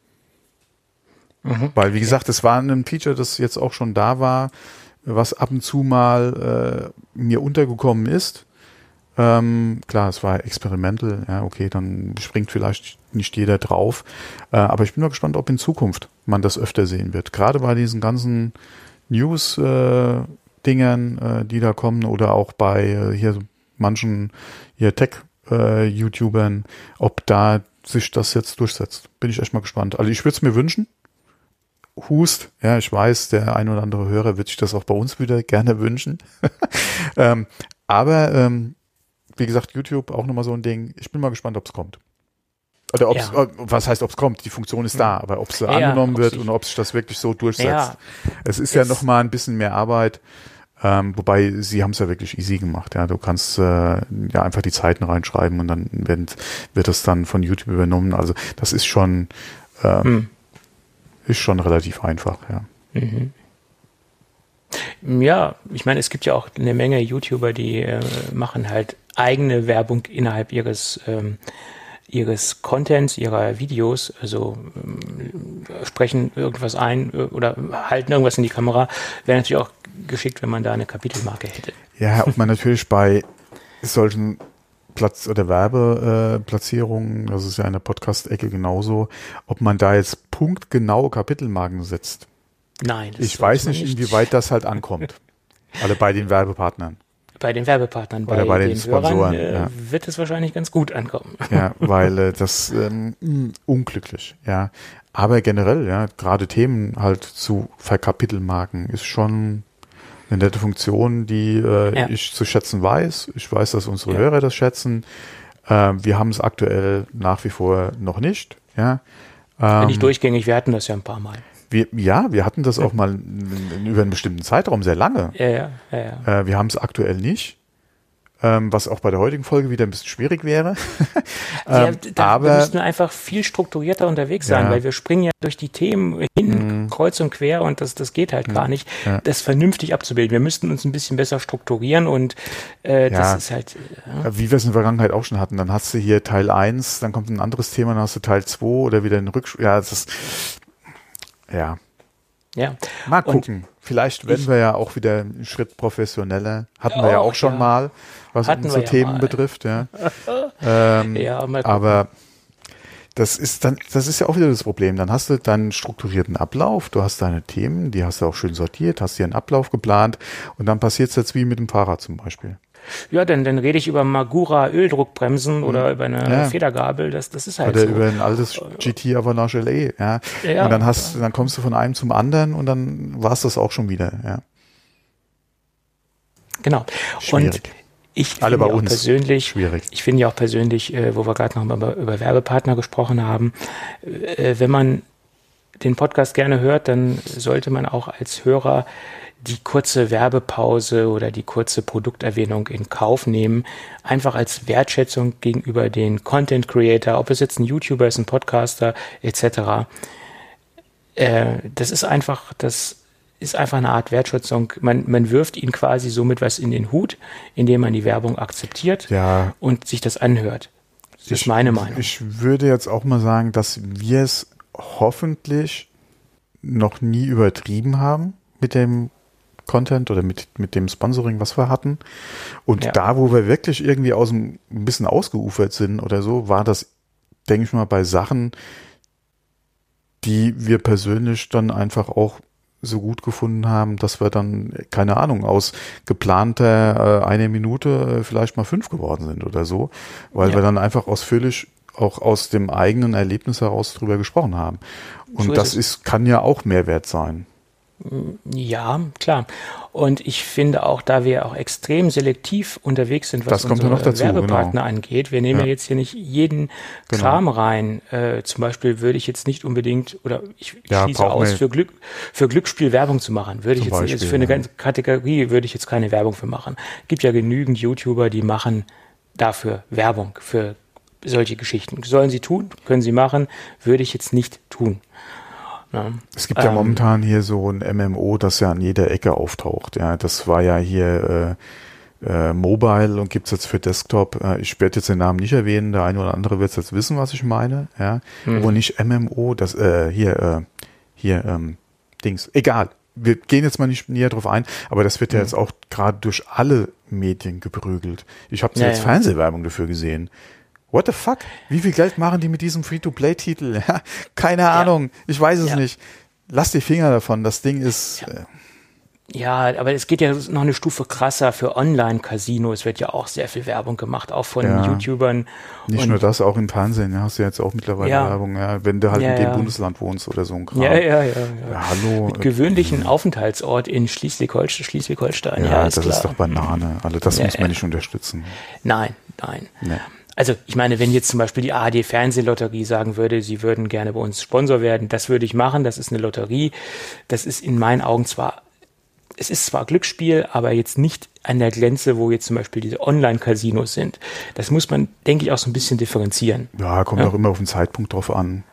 S2: Mhm. Weil, wie gesagt, es war ein Feature, das jetzt auch schon da war, was ab und zu mal äh, mir untergekommen ist. Ähm, klar, es war experimental, ja, okay, dann springt vielleicht nicht jeder drauf. Äh, aber ich bin mal gespannt, ob in Zukunft man das öfter sehen wird. Gerade bei diesen ganzen News-Dingern, äh, äh, die da kommen, oder auch bei äh, hier manchen hier Tech-YouTubern, äh, ob da sich das jetzt durchsetzt. Bin ich echt mal gespannt. Also ich würde es mir wünschen. Hust, ja, ich weiß, der ein oder andere Hörer wird sich das auch bei uns wieder gerne wünschen. ähm, aber ähm, wie gesagt, YouTube auch nochmal so ein Ding. Ich bin mal gespannt, ob es kommt. Oder ob's, ja. was heißt, ob es kommt? Die Funktion ist da, aber ob es ja, angenommen wird und ob sich das wirklich so durchsetzt. Ja, es ist ja noch mal ein bisschen mehr Arbeit, ähm, wobei sie haben es ja wirklich easy gemacht. Ja, du kannst äh, ja einfach die Zeiten reinschreiben und dann wird, wird das dann von YouTube übernommen. Also das ist schon äh, hm. ist schon relativ einfach. Ja.
S3: Mhm. Ja, ich meine, es gibt ja auch eine Menge YouTuber, die äh, machen halt eigene Werbung innerhalb ihres ähm, ihres Contents, ihrer Videos, also äh, sprechen irgendwas ein äh, oder halten irgendwas in die Kamera, wäre natürlich auch geschickt, wenn man da eine Kapitelmarke hätte.
S2: Ja, ob man natürlich bei solchen Platz- oder Werbeplatzierungen, äh, das ist ja in der Podcast-Ecke genauso, ob man da jetzt punktgenaue Kapitelmarken setzt.
S3: Nein. Das
S2: ich weiß nicht, nicht, inwieweit das halt ankommt. Alle bei den Werbepartnern.
S3: Bei den Werbepartnern, bei,
S2: Oder bei den,
S3: den
S2: Sponsoren,
S3: Hörern, äh,
S2: ja.
S3: wird es wahrscheinlich ganz gut ankommen.
S2: Ja, weil äh, das ähm, unglücklich, ja. Aber generell, ja, gerade Themen halt zu Verkapitelmarken ist schon eine nette Funktion, die äh, ja. ich zu schätzen weiß. Ich weiß, dass unsere ja. Hörer das schätzen. Äh, wir haben es aktuell nach wie vor noch nicht, ja. Ähm,
S3: Nicht durchgängig, wir hatten das ja ein paar Mal.
S2: Wir, ja, wir hatten das auch mal in, in, über einen bestimmten Zeitraum, sehr lange.
S3: Ja, ja, ja, ja.
S2: Äh, wir haben es aktuell nicht, ähm, was auch bei der heutigen Folge wieder ein bisschen schwierig wäre.
S3: ja,
S2: ähm,
S3: da,
S2: aber
S3: wir müssten einfach viel strukturierter unterwegs sein, ja. weil wir springen ja durch die Themen hin, mhm. kreuz und quer, und das, das geht halt mhm. gar nicht, ja. das vernünftig abzubilden. Wir müssten uns ein bisschen besser strukturieren und äh, das
S2: ja.
S3: ist halt...
S2: Ja. Wie wir es in der Vergangenheit auch schon hatten, dann hast du hier Teil eins, dann kommt ein anderes Thema, dann hast du Teil zwei oder wieder einen Rückschritt. Ja, das ist... Ja.
S3: Ja.
S2: Mal gucken.
S3: Und
S2: Vielleicht werden ich, wir ja auch wieder einen Schritt professioneller. Hatten wir ja auch schon ja. mal, was Hatten unsere Themen ja betrifft. Ja, ähm, ja mal aber das ist dann, das ist ja auch wieder das Problem. Dann hast du deinen strukturierten Ablauf, du hast deine Themen, die hast du auch schön sortiert, hast dir einen Ablauf geplant und dann passiert es jetzt wie mit dem Fahrrad zum Beispiel.
S3: Ja, dann, dann rede ich über Magura Öldruckbremsen mhm. oder über eine ja. Federgabel, das, das ist halt
S2: oder
S3: so.
S2: Oder über ein altes G T Avalanche L E, ja. ja. Und dann hast, dann kommst du von einem zum anderen und dann war es das auch schon wieder, ja.
S3: Genau.
S2: Schwierig.
S3: Und ich
S2: Alle
S3: finde
S2: bei
S3: auch
S2: uns.
S3: persönlich,
S2: Schwierig.
S3: ich finde ja auch persönlich, äh, wo wir gerade noch mal über, über Werbepartner gesprochen haben, äh, wenn man den Podcast gerne hört, dann sollte man auch als Hörer die kurze Werbepause oder die kurze Produkterwähnung in Kauf nehmen, einfach als Wertschätzung gegenüber den Content Creator, ob es jetzt ein YouTuber ist, ein Podcaster et cetera. Äh, das ist einfach, das ist einfach eine Art Wertschätzung. Man, man wirft ihnen quasi somit was in den Hut, indem man die Werbung akzeptiert
S2: ja.
S3: und sich das anhört. Das ich, ist meine Meinung.
S2: Ich würde jetzt auch mal sagen, dass wir es hoffentlich noch nie übertrieben haben mit dem Content oder mit, mit dem Sponsoring, was wir hatten. Und ja. da, wo wir wirklich irgendwie aus dem, ein bisschen ausgeufert sind oder so, war das, denke ich mal, bei Sachen, die wir persönlich dann einfach auch so gut gefunden haben, dass wir dann, keine Ahnung, aus geplanter äh, eine Minute äh, vielleicht mal fünf geworden sind oder so, weil ja. wir dann einfach ausführlich auch aus dem eigenen Erlebnis heraus drüber gesprochen haben. Und so ist das ist, kann ja auch Mehrwert sein.
S3: Ja, klar. Und ich finde auch, da wir auch extrem selektiv unterwegs sind, was
S2: das kommt
S3: unsere
S2: ja noch dazu,
S3: Werbepartner
S2: genau.
S3: angeht. Wir nehmen ja. ja jetzt hier nicht jeden genau. Kram rein. Äh, zum Beispiel würde ich jetzt nicht unbedingt, oder ich, ich
S2: ja,
S3: schließe aus, für Glück, für Glücksspiel Werbung zu machen. Würde ich jetzt, Beispiel, jetzt für eine ganze Kategorie würde ich jetzt keine Werbung für machen. Gibt ja genügend YouTuber, die machen dafür Werbung, für solche Geschichten. Sollen sie tun, können sie machen, würde ich jetzt nicht tun. Ja.
S2: Es gibt ja ähm, momentan hier so ein M M O, das ja an jeder Ecke auftaucht. Ja, das war ja hier äh, äh, Mobile und gibt's jetzt für Desktop. Äh, ich werde jetzt den Namen nicht erwähnen. Der eine oder andere wird jetzt wissen, was ich meine. Ja, mhm. aber nicht M M O. Das äh, hier äh, hier ähm, Dings. Egal. Wir gehen jetzt mal nicht näher drauf ein, aber das wird ja mhm. jetzt auch gerade durch alle Medien geprügelt. Ich habe ja, jetzt ja. Fernsehwerbung dafür gesehen. What the fuck? Wie viel Geld machen die mit diesem Free-to-Play-Titel? Ja, keine ja. Ahnung. Ich weiß es ja. nicht. Lass die Finger davon. Das Ding ist...
S3: Ja.
S2: Äh,
S3: ja, aber es geht ja noch eine Stufe krasser für Online-Casino. Es wird ja auch sehr viel Werbung gemacht, auch von ja. YouTubern.
S2: Nicht und nur das, auch im Fernsehen. Ja, hast du ja jetzt auch mittlerweile ja. Werbung. Ja, wenn du halt ja, in dem ja. Bundesland wohnst oder so ein Kram.
S3: Ja, ja, ja. ja.
S2: ja hallo.
S3: Mit gewöhnlichen äh, Aufenthaltsort in Schleswig-Holstein. Schleswig-Holstein.
S2: Ja,
S3: ja
S2: ist das klar. ist doch Banane. Also das ja, muss man ja. nicht unterstützen.
S3: Nein, nein.
S2: Nee.
S3: Also ich meine, wenn jetzt zum Beispiel die A R D-Fernsehlotterie sagen würde, sie würden gerne bei uns Sponsor werden, das würde ich machen, das ist eine Lotterie. Das ist in meinen Augen zwar, es ist zwar Glücksspiel, aber jetzt nicht an der Grenze, wo jetzt zum Beispiel diese Online-Casinos sind. Das muss man, denke ich, auch so ein bisschen differenzieren.
S2: Ja, kommt ja. auch immer auf den Zeitpunkt drauf an.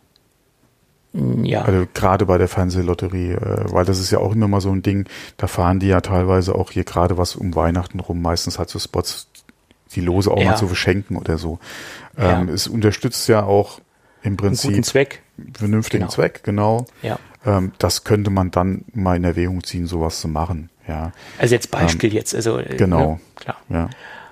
S3: Ja.
S2: Also gerade bei der Fernsehlotterie, äh, weil das ist ja auch immer mal so ein Ding, da fahren die ja teilweise auch hier gerade was um Weihnachten rum, meistens halt so Spots, die Lose auch ja. mal zu verschenken oder so. Ähm, ja. Es unterstützt ja auch im Prinzip
S3: einen guten Zweck.
S2: Vernünftigen genau. Zweck, genau.
S3: Ja.
S2: Ähm, das könnte man dann mal in Erwägung ziehen, sowas zu machen. Ja.
S3: Also jetzt Beispiel ähm, jetzt, also
S2: genau.
S3: Ne, klar.
S2: Ja.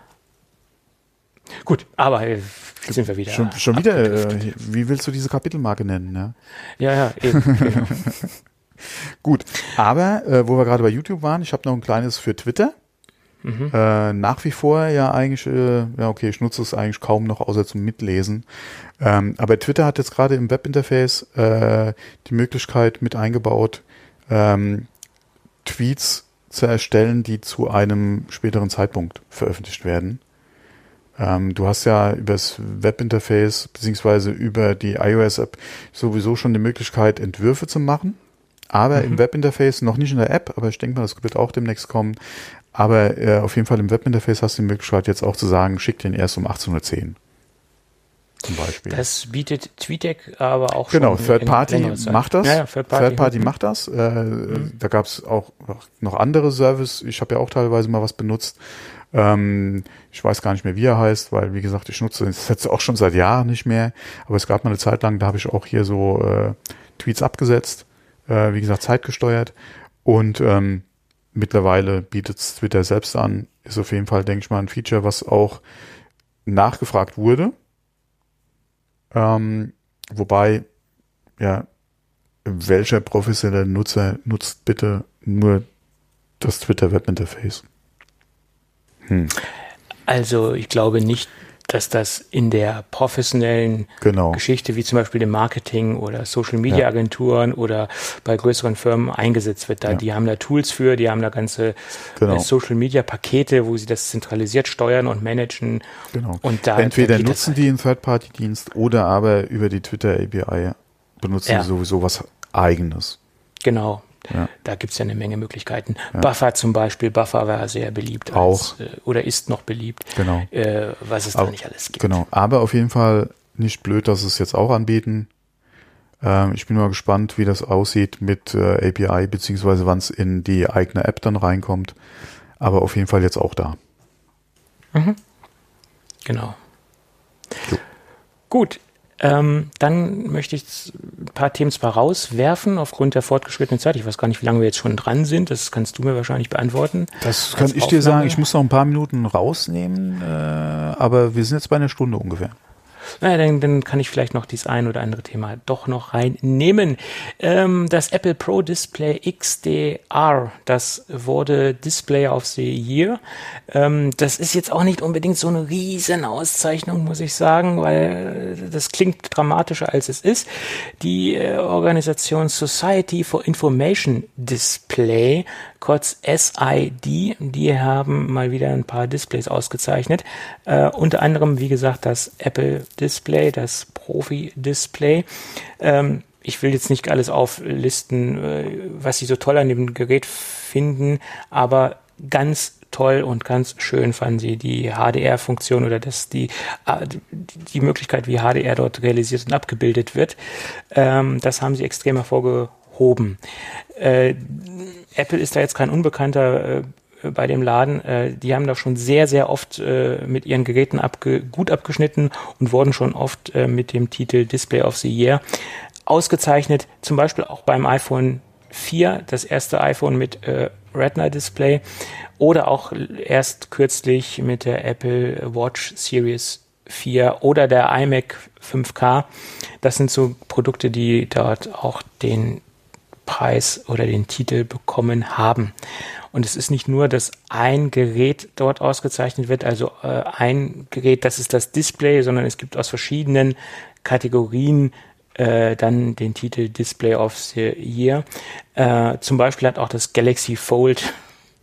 S3: Gut, aber äh, sind wir wieder.
S2: Schon, schon wieder, äh, wie willst du diese Kapitelmarke nennen? Ne?
S3: Ja, ja, eben. Genau.
S2: Gut, aber äh, wo wir gerade bei YouTube waren, ich habe noch ein kleines für Twitter. Mhm. Äh, nach wie vor ja eigentlich, äh, ja okay, ich nutze es eigentlich kaum noch, außer zum Mitlesen. Ähm, aber Twitter hat jetzt gerade im Webinterface äh, die Möglichkeit mit eingebaut, ähm, Tweets zu erstellen, die zu einem späteren Zeitpunkt veröffentlicht werden. Ähm, du hast ja über das Webinterface beziehungsweise über die iOS-App sowieso schon die Möglichkeit, Entwürfe zu machen. Aber mhm. im Webinterface, noch nicht in der App, aber ich denke mal, das wird auch demnächst kommen. Aber äh, auf jeden Fall im Webinterface hast du die Möglichkeit, jetzt auch zu sagen, schick den erst um achtzehn Uhr zehn. Zum Beispiel.
S3: Das bietet TweetDeck aber auch
S2: genau,
S3: schon.
S2: Genau, Third Party macht das.
S3: Ja, ja, Third Party,
S2: Third Party macht das. Äh, mhm. Da gab es auch noch andere Services. Ich habe ja auch teilweise mal was benutzt. Ähm, ich weiß gar nicht mehr, wie er heißt, weil, wie gesagt, ich nutze das jetzt auch schon seit Jahren nicht mehr. Aber es gab mal eine Zeit lang, da habe ich auch hier so äh, Tweets abgesetzt. Äh, wie gesagt, zeitgesteuert. Und ähm, mittlerweile bietet es Twitter selbst an. Ist auf jeden Fall, denke ich mal, ein Feature, was auch nachgefragt wurde. Ähm, wobei, ja, welcher professionelle Nutzer nutzt bitte nur das Twitter-Webinterface?
S3: Hm. Also ich glaube nicht, dass das in der professionellen genau. Geschichte, wie zum Beispiel dem Marketing oder Social-Media-Agenturen ja. oder bei größeren Firmen eingesetzt wird. Da, ja. Die haben da Tools für, die haben da ganze genau. äh, Social-Media-Pakete, wo sie das zentralisiert steuern und managen.
S2: Genau.
S3: Und da,
S2: entweder da nutzen halt. die einen Third-Party-Dienst oder aber über die Twitter-A P I benutzen ja. sie sowieso was Eigenes.
S3: Genau. Ja. Da gibt es ja eine Menge Möglichkeiten. Ja. Buffer zum Beispiel, Buffer war sehr beliebt.
S2: Auch.
S3: Als, äh, oder ist noch beliebt.
S2: Genau.
S3: Äh, was es
S2: aber,
S3: da nicht alles gibt.
S2: Genau, aber auf jeden Fall nicht blöd, dass es jetzt auch anbieten. Ähm, ich bin mal gespannt, wie das aussieht mit äh, A P I, beziehungsweise wann es in die eigene App dann reinkommt. Aber auf jeden Fall jetzt auch da.
S3: Mhm. Genau. So. Gut. Ähm, dann möchte ich ein paar Themen zwar rauswerfen, aufgrund der fortgeschrittenen Zeit. Ich weiß gar nicht, wie lange wir jetzt schon dran sind. Das kannst du mir wahrscheinlich beantworten.
S2: Das kann ich Aufnahme. dir sagen. Ich muss noch ein paar Minuten rausnehmen, äh, aber wir sind jetzt bei einer Stunde ungefähr.
S3: Naja, dann, dann kann ich vielleicht noch dieses ein oder andere Thema doch noch reinnehmen. Ähm, das Apple Pro Display X D R, das wurde Display of the Year. Ähm, das ist jetzt auch nicht unbedingt so eine riesen Auszeichnung, muss ich sagen, weil das klingt dramatischer, als es ist. Die äh, Organisation Society for Information Display, kurz S I D, die haben mal wieder ein paar Displays ausgezeichnet. Äh, unter anderem, wie gesagt, das Apple Display, das Profi-Display. Ähm, ich will jetzt nicht alles auflisten, äh, was sie so toll an dem Gerät finden, aber ganz toll und ganz schön fanden sie die H D R-Funktion oder dass die, äh, die Möglichkeit, wie H D R dort realisiert und abgebildet wird. Ähm, das haben sie extrem hervorgehoben. Äh, Apple ist da jetzt kein Unbekannter äh, bei dem Laden. Äh, die haben da schon sehr, sehr oft äh, mit ihren Geräten abge- gut abgeschnitten und wurden schon oft äh, mit dem Titel Display of the Year ausgezeichnet. Zum Beispiel auch beim iPhone vier, das erste iPhone mit äh, Retina-Display oder auch erst kürzlich mit der Apple Watch Series vier oder der iMac fünf K. Das sind so Produkte, die dort auch den Preis oder den Titel bekommen haben. Und es ist nicht nur, dass ein Gerät dort ausgezeichnet wird, also äh, ein Gerät, das ist das Display, sondern es gibt aus verschiedenen Kategorien äh, dann den Titel Display of the Year. Äh, zum Beispiel hat auch das Galaxy Fold,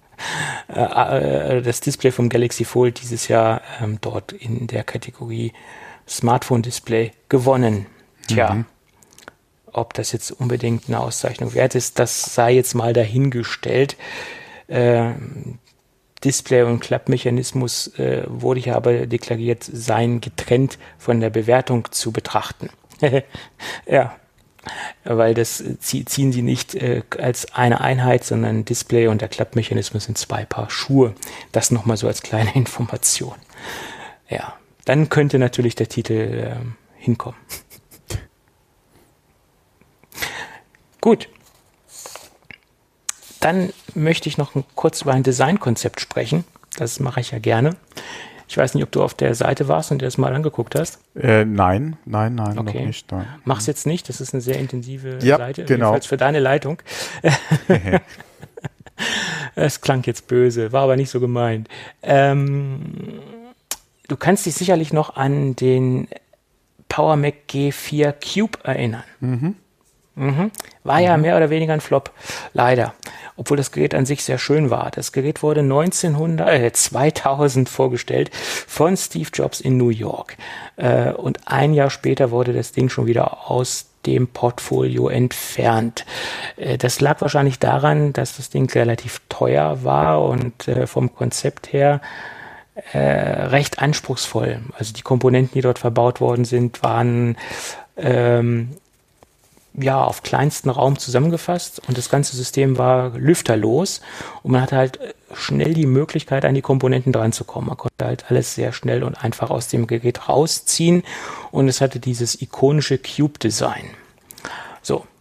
S3: äh, das Display vom Galaxy Fold dieses Jahr ähm, dort in der Kategorie Smartphone Display gewonnen. Tja. Mhm. Ob das jetzt unbedingt eine Auszeichnung wert ist, das sei jetzt mal dahingestellt. Äh, Display- und Klappmechanismus äh, wurde hier aber deklariert, seien getrennt von der Bewertung zu betrachten. Ja, weil das zie- ziehen sie nicht äh, als eine Einheit, sondern Display und der Klappmechanismus sind zwei Paar Schuhe. Das nochmal so als kleine Information. Ja, dann könnte natürlich der Titel äh, hinkommen. Gut, dann möchte ich noch kurz über ein Designkonzept sprechen. Das mache ich ja gerne. Ich weiß nicht, ob du auf der Seite warst und dir das mal angeguckt hast.
S2: Äh, nein, nein, nein,
S3: okay.
S2: noch nicht. Nein.
S3: Mach's jetzt nicht, das ist eine sehr intensive
S2: ja,
S3: Seite.
S2: Genau.
S3: Jedenfalls für deine Leitung. Es klang jetzt böse, war aber nicht so gemeint. Ähm, du kannst dich sicherlich noch an den PowerMac G vier Cube erinnern. Mhm. Mhm. War ja mehr oder weniger ein Flop, leider. Obwohl das Gerät an sich sehr schön war. Das Gerät wurde neunzehnhundert, äh, zweitausend vorgestellt von Steve Jobs in New York. Äh, und ein Jahr später wurde das Ding schon wieder aus dem Portfolio entfernt. Äh, das lag wahrscheinlich daran, dass das Ding relativ teuer war und äh, vom Konzept her äh, recht anspruchsvoll. Also die Komponenten, die dort verbaut worden sind, waren ähm, ja, auf kleinsten Raum zusammengefasst und das ganze System war lüfterlos und man hatte halt schnell die Möglichkeit, an die Komponenten dran zu kommen. Man konnte halt alles sehr schnell und einfach aus dem Gerät rausziehen und es hatte dieses ikonische Cube-Design. So,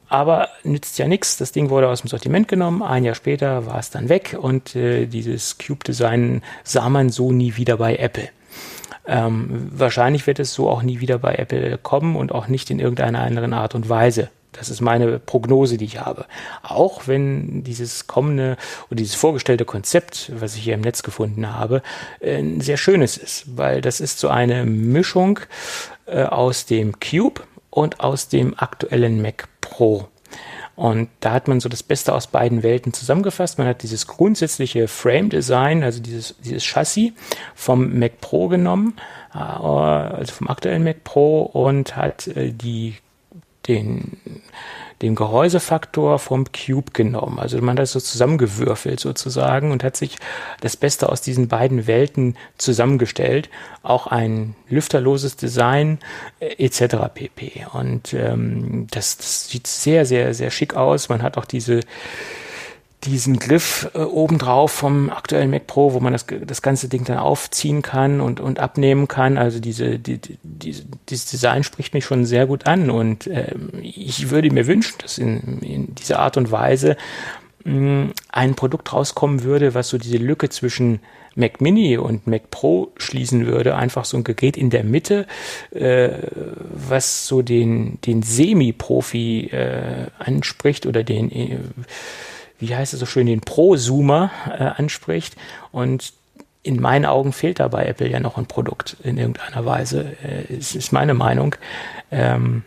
S3: aber nützt ja nichts. Das Ding wurde aus dem Sortiment genommen. Ein Jahr später war es dann weg und äh, dieses Cube-Design sah man so nie wieder bei Apple. Ähm, wahrscheinlich wird es so auch nie wieder bei Apple kommen und auch nicht in irgendeiner anderen Art und Weise. Das ist meine Prognose, die ich habe. Auch wenn dieses kommende oder dieses vorgestellte Konzept, was ich hier im Netz gefunden habe, ein sehr schönes ist, weil das ist so eine Mischung äh, aus dem Cube und aus dem aktuellen Mac Pro. Und da hat man so das Beste aus beiden Welten zusammengefasst. Man hat dieses grundsätzliche Frame-Design, also dieses, dieses Chassis vom Mac Pro genommen, äh, also vom aktuellen Mac Pro, und hat äh, die Den, den Gehäusefaktor vom Cube genommen. Also man hat das so zusammengewürfelt sozusagen und hat sich das Beste aus diesen beiden Welten zusammengestellt. Auch ein lüfterloses Design et cetera pp. Und ähm, das, das sieht sehr, sehr, sehr schick aus. Man hat auch diese diesen Griff äh, obendrauf vom aktuellen Mac Pro, wo man das, das ganze Ding dann aufziehen kann und, und abnehmen kann. Also diese, die, die, dieses Design spricht mich schon sehr gut an, und äh, ich würde mir wünschen, dass in, in dieser Art und Weise mh, ein Produkt rauskommen würde, was so diese Lücke zwischen Mac Mini und Mac Pro schließen würde. Einfach so ein Gerät in der Mitte, äh, was so den, den Semi-Profi äh, anspricht oder den äh, wie heißt es so schön, den Prosumer äh, anspricht. Und in meinen Augen fehlt da bei Apple ja noch ein Produkt in irgendeiner Weise. Äh, es ist meine Meinung. Ähm,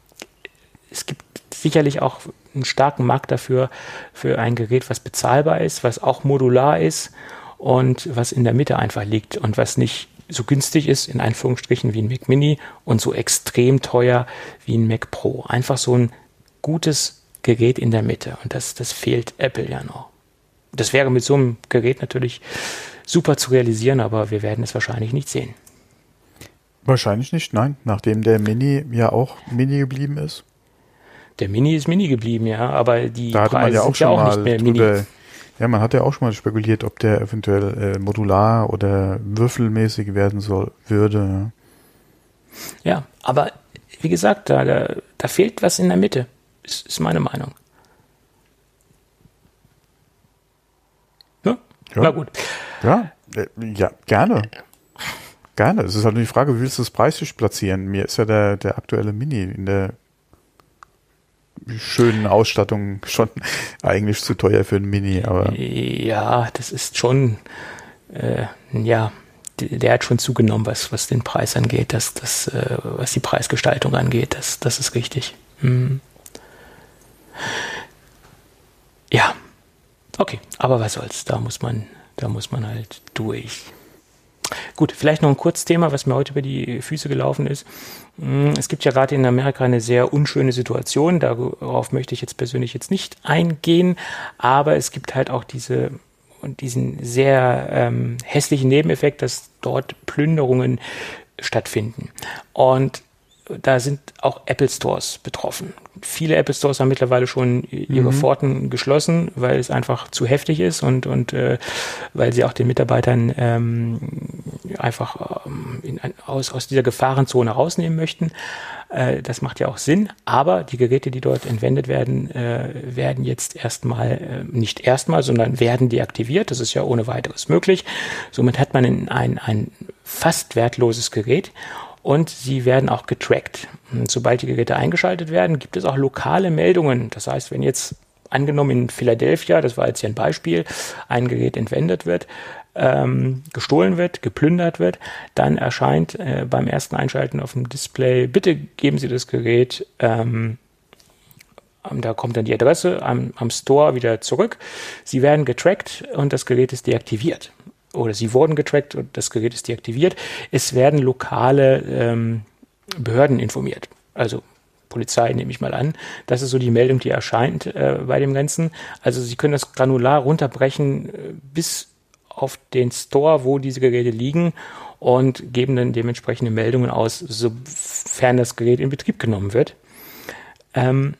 S3: es gibt sicherlich auch einen starken Markt dafür, für ein Gerät, was bezahlbar ist, was auch modular ist und was in der Mitte einfach liegt und was nicht so günstig ist, in Anführungsstrichen, wie ein Mac Mini und so extrem teuer wie ein Mac Pro. Einfach so ein gutes Gerät in der Mitte, und das, das fehlt Apple ja noch. Das wäre mit so einem Gerät natürlich super zu realisieren, aber wir werden es wahrscheinlich nicht sehen.
S2: Wahrscheinlich nicht, nein, nachdem der Mini ja auch Mini geblieben ist.
S3: Der Mini ist Mini geblieben, ja, aber die
S2: da hatte
S3: Preise
S2: man ja auch
S3: sind
S2: schon
S3: ja auch
S2: mal
S3: nicht mehr
S2: drüber,
S3: Mini.
S2: Ja, man hat ja auch schon mal spekuliert, ob der eventuell äh, modular oder würfelmäßig werden soll, würde.
S3: Ja, aber wie gesagt, da, da, da fehlt was in der Mitte. Ist, ist meine Meinung. Ja?
S2: Ja.
S3: Na gut.
S2: Ja, äh, ja, gerne. Gerne. Es ist halt nur die Frage, wie willst du das preislich platzieren? Mir ist ja der, der aktuelle Mini in der schönen Ausstattung schon eigentlich zu teuer für einen Mini, aber.
S3: Ja, das ist schon, äh, ja, der, der hat schon zugenommen, was, was den Preis angeht, das, das, äh, was die Preisgestaltung angeht. Das, das ist richtig. Hm. Ja, okay, aber was soll's, da muss man, da muss man halt durch. Gut, vielleicht noch ein Kurzthema, was mir heute über die Füße gelaufen ist. Es gibt ja gerade in Amerika eine sehr unschöne Situation, darauf möchte ich jetzt persönlich jetzt nicht eingehen, aber es gibt halt auch diese und diesen sehr ähm, hässlichen Nebeneffekt, dass dort Plünderungen stattfinden. Und da sind auch Apple Stores betroffen. Viele Apple Stores haben mittlerweile schon ihre mhm. Pforten geschlossen, weil es einfach zu heftig ist und, und äh, weil sie auch den Mitarbeitern ähm, einfach ähm, in, aus, aus dieser Gefahrenzone rausnehmen möchten. Äh, das macht ja auch Sinn, aber die Geräte, die dort entwendet werden, äh, werden jetzt erstmal, äh, nicht erstmal, sondern werden deaktiviert. Das ist ja ohne weiteres möglich. Somit hat man ein, ein fast wertloses Gerät. Und sie werden auch getrackt. Und sobald die Geräte eingeschaltet werden, gibt es auch lokale Meldungen. Das heißt, wenn jetzt angenommen in Philadelphia, das war jetzt hier ein Beispiel, ein Gerät entwendet wird, ähm, gestohlen wird, geplündert wird, dann erscheint äh, beim ersten Einschalten auf dem Display, bitte geben Sie das Gerät, ähm, da kommt dann die Adresse am, am Store wieder zurück. Sie werden getrackt und das Gerät ist deaktiviert. Oder sie wurden getrackt und das Gerät ist deaktiviert. Es werden lokale ähm, Behörden informiert. Also Polizei nehme ich mal an. Das ist so die Meldung, die erscheint äh, bei dem Ganzen. Also Sie können das granular runterbrechen äh, bis auf den Store, wo diese Geräte liegen, und geben dann dementsprechende Meldungen aus, sofern das Gerät in Betrieb genommen wird. Ähm,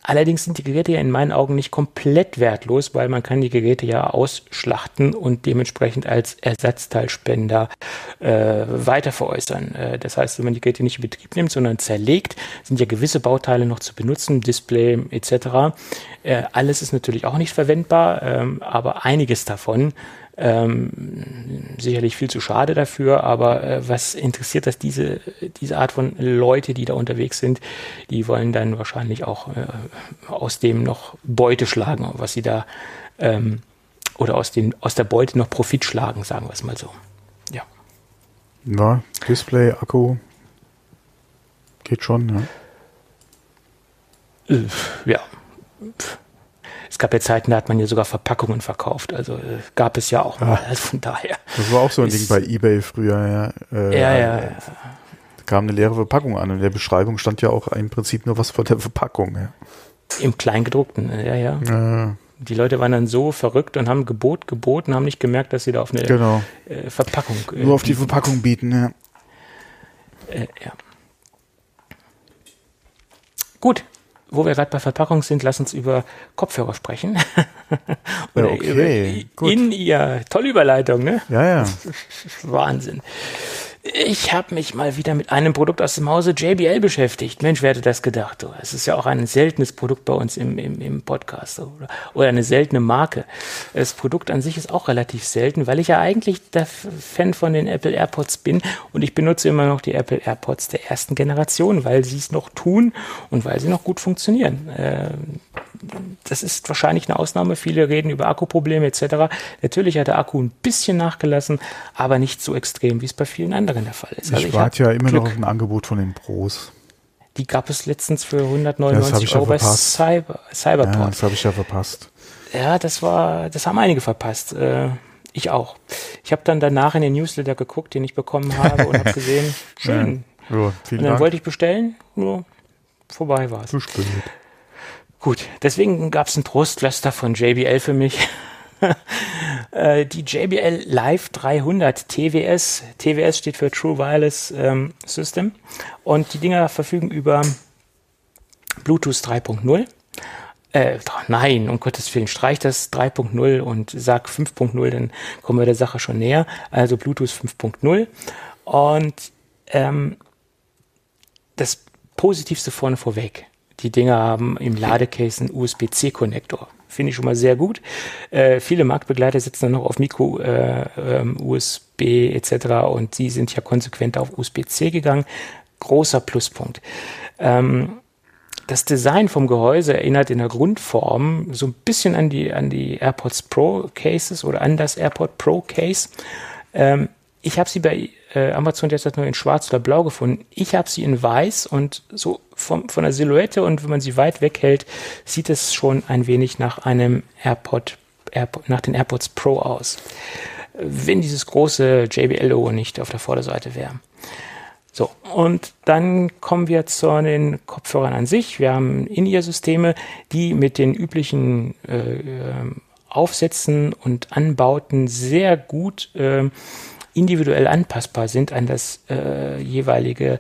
S3: Allerdings sind die Geräte ja in meinen Augen nicht komplett wertlos, weil man kann die Geräte ja ausschlachten und dementsprechend als Ersatzteilspender äh, weiter veräußern. Äh, das heißt, wenn man die Geräte nicht in Betrieb nimmt, sondern zerlegt, sind ja gewisse Bauteile noch zu benutzen, Display et cetera. Äh, alles ist natürlich auch nicht verwendbar, ähm, aber einiges davon Ähm, sicherlich viel zu schade dafür, aber äh, was interessiert das diese, diese Art von Leute, die da unterwegs sind, die wollen dann wahrscheinlich auch äh, aus dem noch Beute schlagen, was sie da ähm, oder aus, den, aus der Beute noch Profit schlagen, sagen wir es mal so. Ja.
S2: Ja, Display, Akku geht schon,
S3: ja. Äh, ja. Es gab ja Zeiten, da hat man ja sogar Verpackungen verkauft. Also äh, gab es ja auch mal. Also von daher.
S2: Das war auch so ein Ding bei eBay früher. Ja, äh,
S3: ja, ja, ja.
S2: Da kam eine leere Verpackung an. In der Beschreibung stand ja auch im Prinzip nur was von der Verpackung. Ja.
S3: Im Kleingedruckten, ja, ja.
S2: Äh.
S3: Die Leute waren dann so verrückt und haben Gebot geboten, haben nicht gemerkt, dass sie da auf eine
S2: genau.
S3: äh, Verpackung
S2: äh, nur auf die Verpackung bieten, ja.
S3: Äh, ja. Gut. Wo wir gerade bei Verpackung sind, lass uns über Kopfhörer sprechen. Oder
S2: ja, okay,
S3: über
S2: gut.
S3: In ihr. Tolle Überleitung, ne?
S2: Ja, ja.
S3: Wahnsinn. Ich habe mich mal wieder mit einem Produkt aus dem Hause J B L beschäftigt. Mensch, wer hätte das gedacht? Du? Es ist ja auch ein seltenes Produkt bei uns im, im, im Podcast oder, oder eine seltene Marke. Das Produkt an sich ist auch relativ selten, weil ich ja eigentlich der Fan von den Apple AirPods bin und ich benutze immer noch die Apple AirPods der ersten Generation, weil sie es noch tun und weil sie noch gut funktionieren. Ähm, das ist wahrscheinlich eine Ausnahme. Viele reden über Akkuprobleme et cetera. Natürlich hat der Akku ein bisschen nachgelassen, aber nicht so extrem, wie es bei vielen anderen der Fall ist.
S2: Also ich, ich warte ja immer Glück. noch auf ein Angebot von den Pros.
S3: Die gab es letztens für hundertneunundneunzig Euro
S2: ja
S3: bei Cyber, Cyberport.
S2: Ja, das habe ich ja verpasst.
S3: Ja, das war, das haben einige verpasst. Äh, ich auch. Ich habe dann danach in den Newsletter geguckt, den ich bekommen habe und habe gesehen, schön.
S2: Ja. Ja,
S3: und dann
S2: Dank.
S3: wollte ich bestellen, nur vorbei war es.
S2: Zu spät.
S3: Gut, deswegen gab es ein Trostpflaster von J B L für mich. Die J B L Live dreihundert T W S. T W S steht für True Wireless ähm, System. Und die Dinger verfügen über Bluetooth drei Punkt null. Äh, nein, um Gottes Willen, streich das drei Punkt null und sag fünf Punkt null, dann kommen wir der Sache schon näher. Also Bluetooth fünf Punkt null. Und ähm, das Positivste vorne vorweg. Die Dinger haben im Ladecase einen U S B C Konnektor. Finde ich schon mal sehr gut. Äh, viele Marktbegleiter sitzen dann noch auf Micro, äh, ähm, U S B et cetera. Und sie sind ja konsequent auf U S B C gegangen. Großer Pluspunkt. Ähm, das Design vom Gehäuse erinnert in der Grundform so ein bisschen an die, an die AirPods Pro Cases oder an das AirPod Pro Case. Ähm, ich habe sie bei äh, Amazon derzeit nur in schwarz oder blau gefunden. Ich habe sie in weiß und so vom, von der Silhouette und wenn man sie weit weg hält, sieht es schon ein wenig nach einem AirPod, AirPod nach den AirPods Pro aus. Wenn dieses große J B L-Logo nicht auf der Vorderseite wäre. So, und dann kommen wir zu den Kopfhörern an sich. Wir haben In-Ear-Systeme, die mit den üblichen äh, Aufsätzen und Anbauten sehr gut äh, individuell anpassbar sind an das äh, jeweilige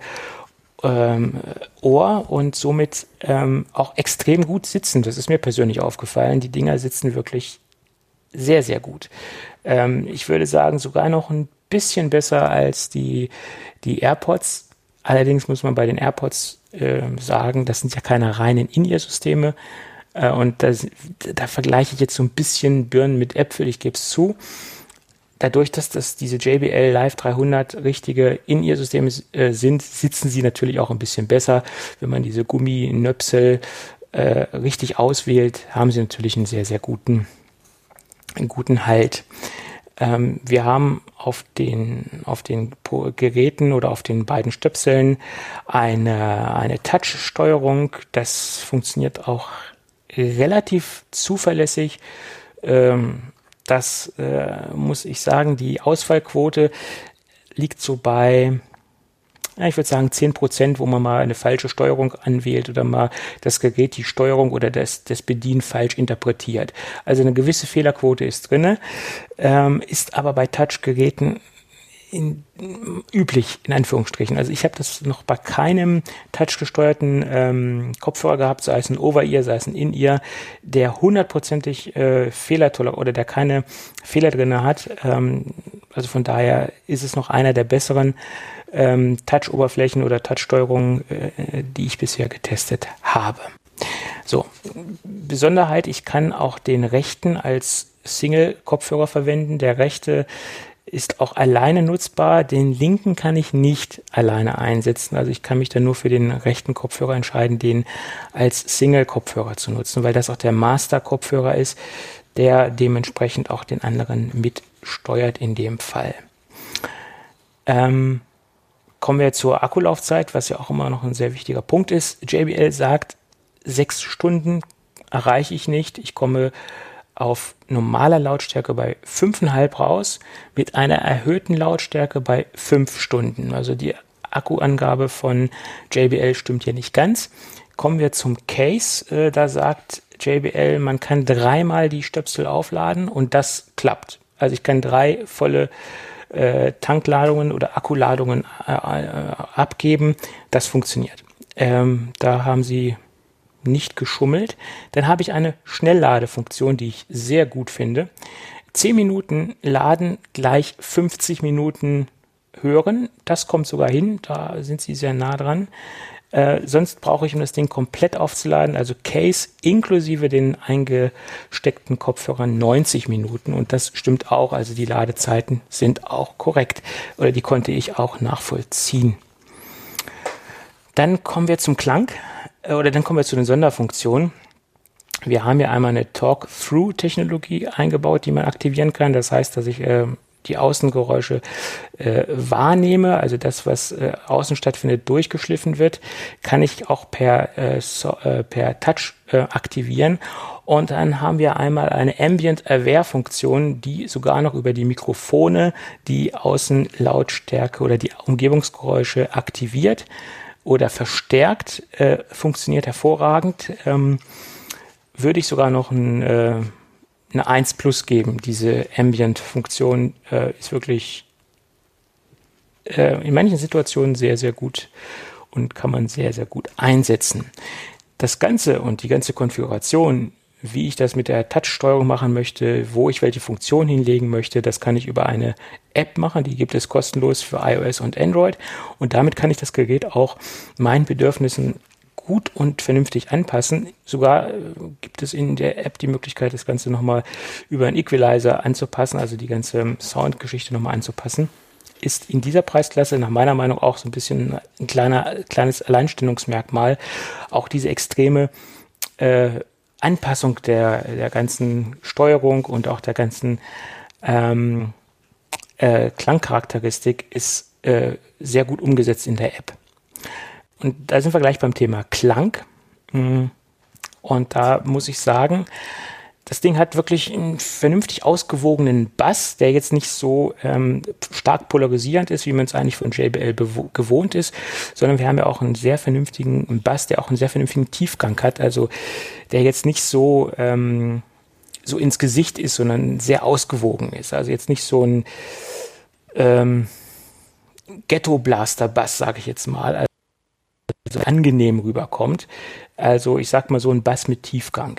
S3: ähm, Ohr und somit ähm, auch extrem gut sitzen. Das ist mir persönlich aufgefallen. Die Dinger sitzen wirklich sehr, sehr gut. Ähm, ich würde sagen, sogar noch ein bisschen besser als die, die AirPods. Allerdings muss man bei den AirPods äh, sagen, das sind ja keine reinen In-Ear-Systeme. Äh, und das, da vergleiche ich jetzt so ein bisschen Birnen mit Äpfel, ich gebe es zu. Dadurch, dass das diese J B L Live dreihundert richtige In-Ear-Systeme äh, sind, sitzen sie natürlich auch ein bisschen besser. Wenn man diese Gumminöpsel äh, richtig auswählt, haben sie natürlich einen sehr, sehr guten, einen guten Halt. Ähm, wir haben auf den, auf den Geräten oder auf den beiden Stöpseln eine, eine Touch-Steuerung. Das funktioniert auch relativ zuverlässig. Ähm, Das äh, muss ich sagen, die Ausfallquote liegt so bei, ja, ich würde sagen zehn Prozent, wo man mal eine falsche Steuerung anwählt oder mal das Gerät die Steuerung oder das, das Bedienen falsch interpretiert. Also eine gewisse Fehlerquote ist drin, ähm, ist aber bei Touch-Geräten in, üblich, in Anführungsstrichen. Also ich habe das noch bei keinem touchgesteuerten ähm, Kopfhörer gehabt, sei es ein Over-Ear, sei es ein In-Ear, der hundertprozentig äh, fehlertolerant oder der keine Fehler drin hat. Ähm, also von daher ist es noch einer der besseren ähm, Touch-Oberflächen oder Touch-Steuerungen, äh, die ich bisher getestet habe. So, Besonderheit, ich kann auch den rechten als Single-Kopfhörer verwenden. Der rechte ist auch alleine nutzbar. Den linken kann ich nicht alleine einsetzen. Also ich kann mich dann nur für den rechten Kopfhörer entscheiden, den als Single-Kopfhörer zu nutzen, weil das auch der Master-Kopfhörer ist, der dementsprechend auch den anderen mitsteuert in dem Fall. Ähm, kommen wir zur Akkulaufzeit, was ja auch immer noch ein sehr wichtiger Punkt ist. J B L sagt, sechs Stunden erreiche ich nicht. Ich komme auf normaler Lautstärke bei fünf Komma fünf raus, mit einer erhöhten Lautstärke bei fünf Stunden. Also die Akkuangabe von J B L stimmt hier nicht ganz. Kommen wir zum Case. Äh, da sagt J B L, man kann dreimal die Stöpsel aufladen und das klappt. Also ich kann drei volle äh, Tankladungen oder Akkuladungen äh, äh, abgeben. Das funktioniert. Ähm, da haben sie nicht geschummelt. Dann habe ich eine Schnellladefunktion, die ich sehr gut finde. zehn Minuten laden gleich fünfzig Minuten hören. Das kommt sogar hin, da sind sie sehr nah dran. Äh, sonst brauche ich, um das Ding komplett aufzuladen, also Case inklusive den eingesteckten Kopfhörern, neunzig Minuten. Und das stimmt auch, also die Ladezeiten sind auch korrekt. Oder die konnte ich auch nachvollziehen. Dann kommen wir zum Klang. Oder dann kommen wir zu den Sonderfunktionen. Wir haben ja einmal eine Talk-Through-Technologie eingebaut, die man aktivieren kann. Das heißt, dass ich äh, die Außengeräusche äh, wahrnehme, also das, was äh, außen stattfindet, durchgeschliffen wird, kann ich auch per, äh, so, äh, per Touch äh, aktivieren. Und dann haben wir einmal eine Ambient-Aware-Funktion, die sogar noch über die Mikrofone die Außenlautstärke oder die Umgebungsgeräusche aktiviert oder verstärkt, äh, funktioniert hervorragend. Ähm, würde ich sogar noch ein, äh, eine eins plus geben. Diese Ambient-Funktion äh, ist wirklich äh, in manchen Situationen sehr, sehr gut und kann man sehr, sehr gut einsetzen. Das Ganze und die ganze Konfiguration, wie ich das mit der Touch-Steuerung machen möchte, wo ich welche Funktion hinlegen möchte, das kann ich über eine App machen, die gibt es kostenlos für iOS und Android und damit kann ich das Gerät auch meinen Bedürfnissen gut und vernünftig anpassen. Sogar äh, gibt es in der App die Möglichkeit, das Ganze nochmal über einen Equalizer anzupassen, also die ganze Soundgeschichte nochmal anzupassen. Ist in dieser Preisklasse nach meiner Meinung auch so ein bisschen ein kleiner, kleines Alleinstellungsmerkmal. Auch diese extreme äh, Anpassung der, der ganzen Steuerung und auch der ganzen ähm, äh, Klangcharakteristik ist äh, sehr gut umgesetzt in der App. Und da sind wir gleich beim Thema Klang. Und da muss ich sagen, das Ding hat wirklich einen vernünftig ausgewogenen Bass, der jetzt nicht so ähm, stark polarisierend ist, wie man es eigentlich von J B L bewo- gewohnt ist, sondern wir haben ja auch einen sehr vernünftigen Bass, der auch einen sehr vernünftigen Tiefgang hat, also der jetzt nicht so, ähm, so ins Gesicht ist, sondern sehr ausgewogen ist. Also jetzt nicht so ein ähm, Ghetto-Blaster-Bass, sage ich jetzt mal, also angenehm rüberkommt. Also ich sag mal so ein Bass mit Tiefgang.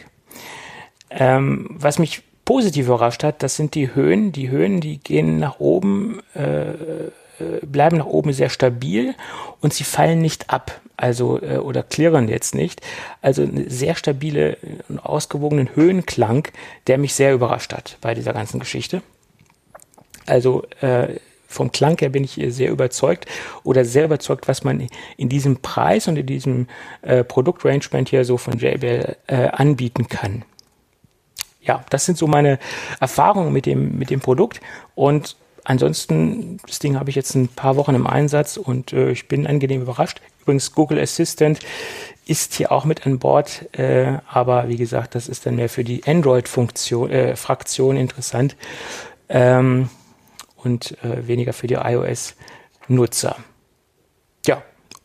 S3: Ähm, was mich positiv überrascht hat, das sind die Höhen. Die Höhen, die gehen nach oben, äh, bleiben nach oben sehr stabil und sie fallen nicht ab, also äh, oder klirren jetzt nicht. Also eine sehr stabile und ausgewogenen Höhenklang, der mich sehr überrascht hat bei dieser ganzen Geschichte. Also äh, vom Klang her bin ich sehr überzeugt oder sehr überzeugt, was man in diesem Preis und in diesem äh, Produktrangement hier so von J B L äh, anbieten kann. Ja, das sind so meine Erfahrungen mit dem, mit dem Produkt und ansonsten, das Ding habe ich jetzt ein paar Wochen im Einsatz und äh, ich bin angenehm überrascht. Übrigens, Google Assistant ist hier auch mit an Bord, äh, aber wie gesagt, das ist dann mehr für die Android-Funktion, äh, Fraktion interessant. Ähm, und äh, weniger für die iOS-Nutzer. Ja,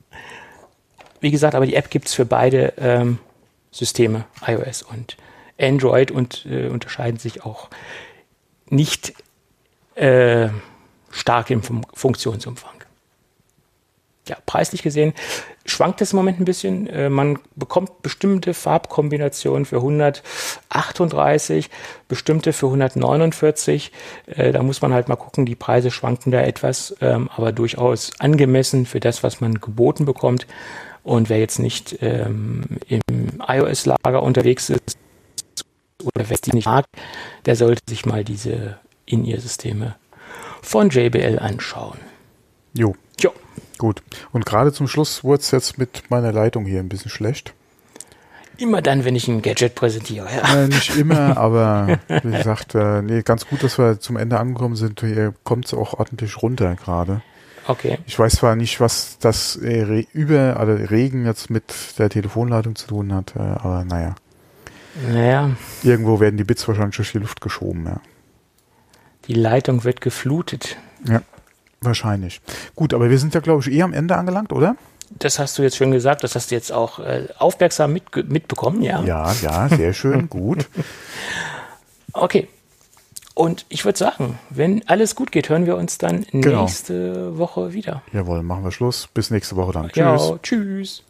S3: wie gesagt, aber die App gibt es für beide ähm, Systeme, iOS und Android, und äh, unterscheiden sich auch nicht äh, stark im Funktionsumfang. Ja, preislich gesehen schwankt es im Moment ein bisschen. Äh, man bekommt bestimmte Farbkombinationen für hundertachtunddreißig, bestimmte für hundertneunundvierzig. Äh, da muss man halt mal gucken, die Preise schwanken da etwas, ähm, aber durchaus angemessen für das, was man geboten bekommt. Und wer jetzt nicht ähm, im iOS-Lager unterwegs ist oder wer es nicht mag, der sollte sich mal diese In-Ear-Systeme von J B L anschauen.
S2: Jo.
S3: Jo.
S2: Gut. Und gerade zum Schluss wurde es jetzt mit meiner Leitung hier ein bisschen schlecht.
S3: Immer dann, wenn ich ein Gadget präsentiere. Ja.
S2: Äh, nicht immer, aber wie gesagt, äh, nee, ganz gut, dass wir zum Ende angekommen sind. Hier kommt es auch ordentlich runter gerade.
S3: Okay.
S2: Ich weiß zwar nicht, was das äh, Re- über also Regen jetzt mit der Telefonleitung zu tun hat, äh, aber naja.
S3: Naja.
S2: Irgendwo werden die Bits wahrscheinlich durch die Luft geschoben, ja.
S3: Die Leitung wird geflutet.
S2: Ja, wahrscheinlich. Gut, aber wir sind ja, glaube ich, eh am Ende angelangt, oder?
S3: Das hast du jetzt schon gesagt, das hast du jetzt auch äh, aufmerksam mit, mitbekommen, ja?
S2: Ja, ja, sehr schön, gut.
S3: Okay. Und ich würde sagen, wenn alles gut geht, hören wir uns dann
S2: genau.
S3: nächste Woche wieder.
S2: Jawohl, machen wir Schluss. Bis nächste Woche dann.
S3: Ja,
S2: Tschüss.
S3: tschüss.